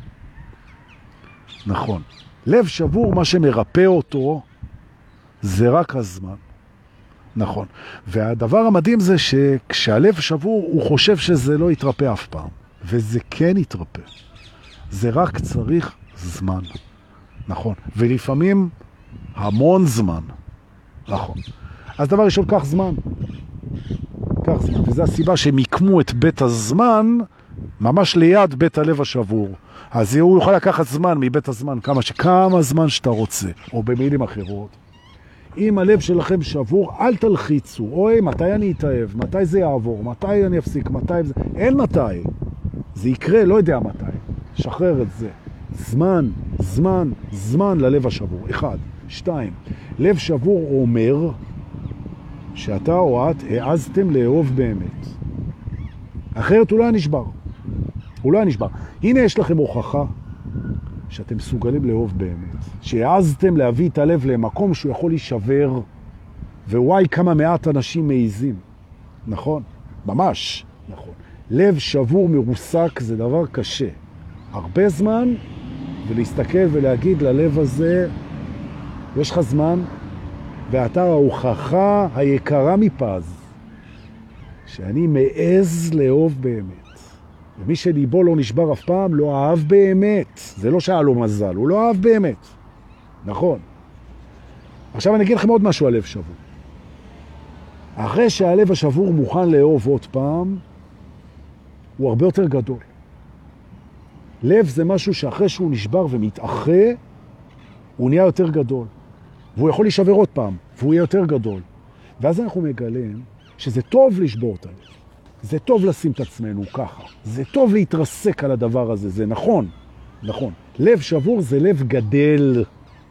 נכון. לב שבור, מה שמרפא אותו, זה רק הזמן. נכון. והדבר המדהים זה שכשהלב שבור, הוא חושב שזה לא יתרפא אף פעם. וזה כן יתרפא. זה רק צריך זמן. נכון. ולפעמים המון זמן. נכון. אז דבר ראשון, כך זמן. כך זמן. וזו הסיבה שהם יקמו את בית הזמן ממש ליד בית הלב השבור. אז הוא יוכל לקחת זמן מבית הזמן, כמה, ש... כמה זמן שאתה רוצה, או במילים אחרות. אם הלב שלכם שבור, אל תלחיצו. אוי, מתי אני אתאהב? מתי זה יעבור? מתי אני אפסיק? מתי זה... אין מתי. זה יקרה, לא יודע מתי. שחרר את זה. זמן, זמן, זמן ללב השבור. אחד. שתיים. לב שבור אומר שאתה או את העזתם לאהוב באמת. אחרת הוא לא נשבר. הוא לא נשבר. הנה יש לכם הוכחה שאתם מסוגלים לאהוב באמת. שהעזתם להביא את הלב למקום שהוא יכול להישבר, ווואי כמה מעט אנשים מעיזים. נכון? ממש. נכון. לב שבור מרוסק זה דבר קשה. הרבה זמן, ולהסתכל ולהגיד ללב הזה, יש לך זמן, ואתה ההוכחה היקרה מפז, שאני מעז לאהוב באמת. ומי שליבו לא נשבר אף פעם, לא אהב באמת. זה לא שהיה לו מזל, הוא לא אהב באמת. נכון. עכשיו אני אגיד לכם עוד משהו על לב שבור. אחרי שהלב השבור מוכן לאהוב עוד פעם, הוא הרבה יותר גדול. לב זה משהו שאחרי שהוא נשבר ומתאחה, הוא נהיה יותר גדול. והוא יכול להישבר עוד פעם, והוא יהיה יותר גדול. ואז אנחנו מגלים שזה טוב לשבור את הלב. זה טוב לשים את עצמנו ככה. זה טוב להתרסק על הדבר הזה, זה נכון. נכון. לב שבור זה לב גדל.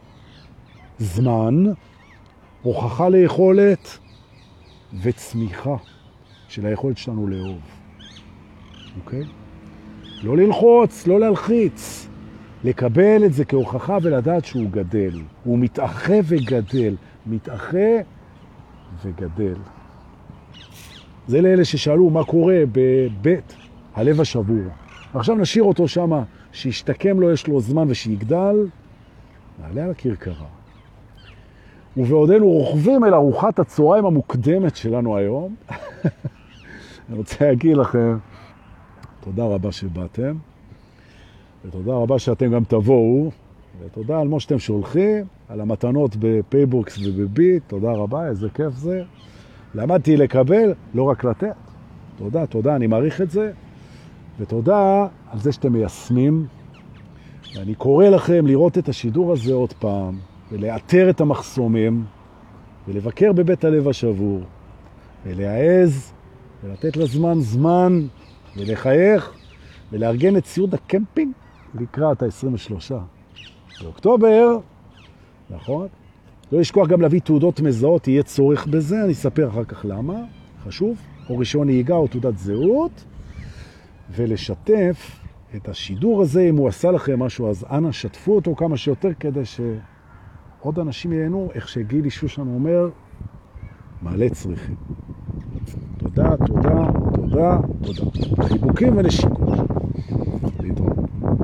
זמן, הוכחה ליכולת, וצמיחה של היכולת שלנו לאהוב. אוקיי? לא ללחוץ, לא להלחיץ. לקבל את זה כהוכחה ולדעת שהוא גדל. הוא מתאחה וגדל. מתאחה וגדל. זה לאלה ששאלו מה קורה בבית הלב השבור. עכשיו נשאיר אותו שם, שישתקם לו, יש לו זמן ושיגדל. נעלה על הכרכרה. ובעודנו רוכבים אל ארוחת הצהריים המוקדמת שלנו היום. אני רוצה להגיד לכם, תודה רבה שבאתם, ותודה רבה שאתם גם תבואו, ותודה על מה שאתם שולחים, על המתנות בפייבוקס ובביט, תודה רבה, איזה כיף זה. למדתי לקבל, לא רק לתת. תודה, תודה, אני מעריך את זה, ותודה על זה שאתם מיישמים, ואני קורא לכם לראות את השידור הזה עוד פעם, ולאתר את המחסומים, ולבקר בבית הלב השבור, ולהעז, ולתת לזמן זמן, ולחייך, ולארגן את ציוד הקמפינג לקראת ה-עשרים ושלושה באוקטובר, נכון? לא לשכוח גם להביא תעודות מזהות, יהיה צורך בזה, אני אספר אחר כך למה, חשוב, או רישיון נהיגה או תעודת זהות, ולשתף את השידור הזה, אם הוא עשה לכם משהו, אז אנא שתפו אותו כמה שיותר, כדי שעוד אנשים ייהנו, איך שגילי שושן אומר, מעלה צריכים. תודה, תודה, תודה, תודה. חיבוקים ונשיקות.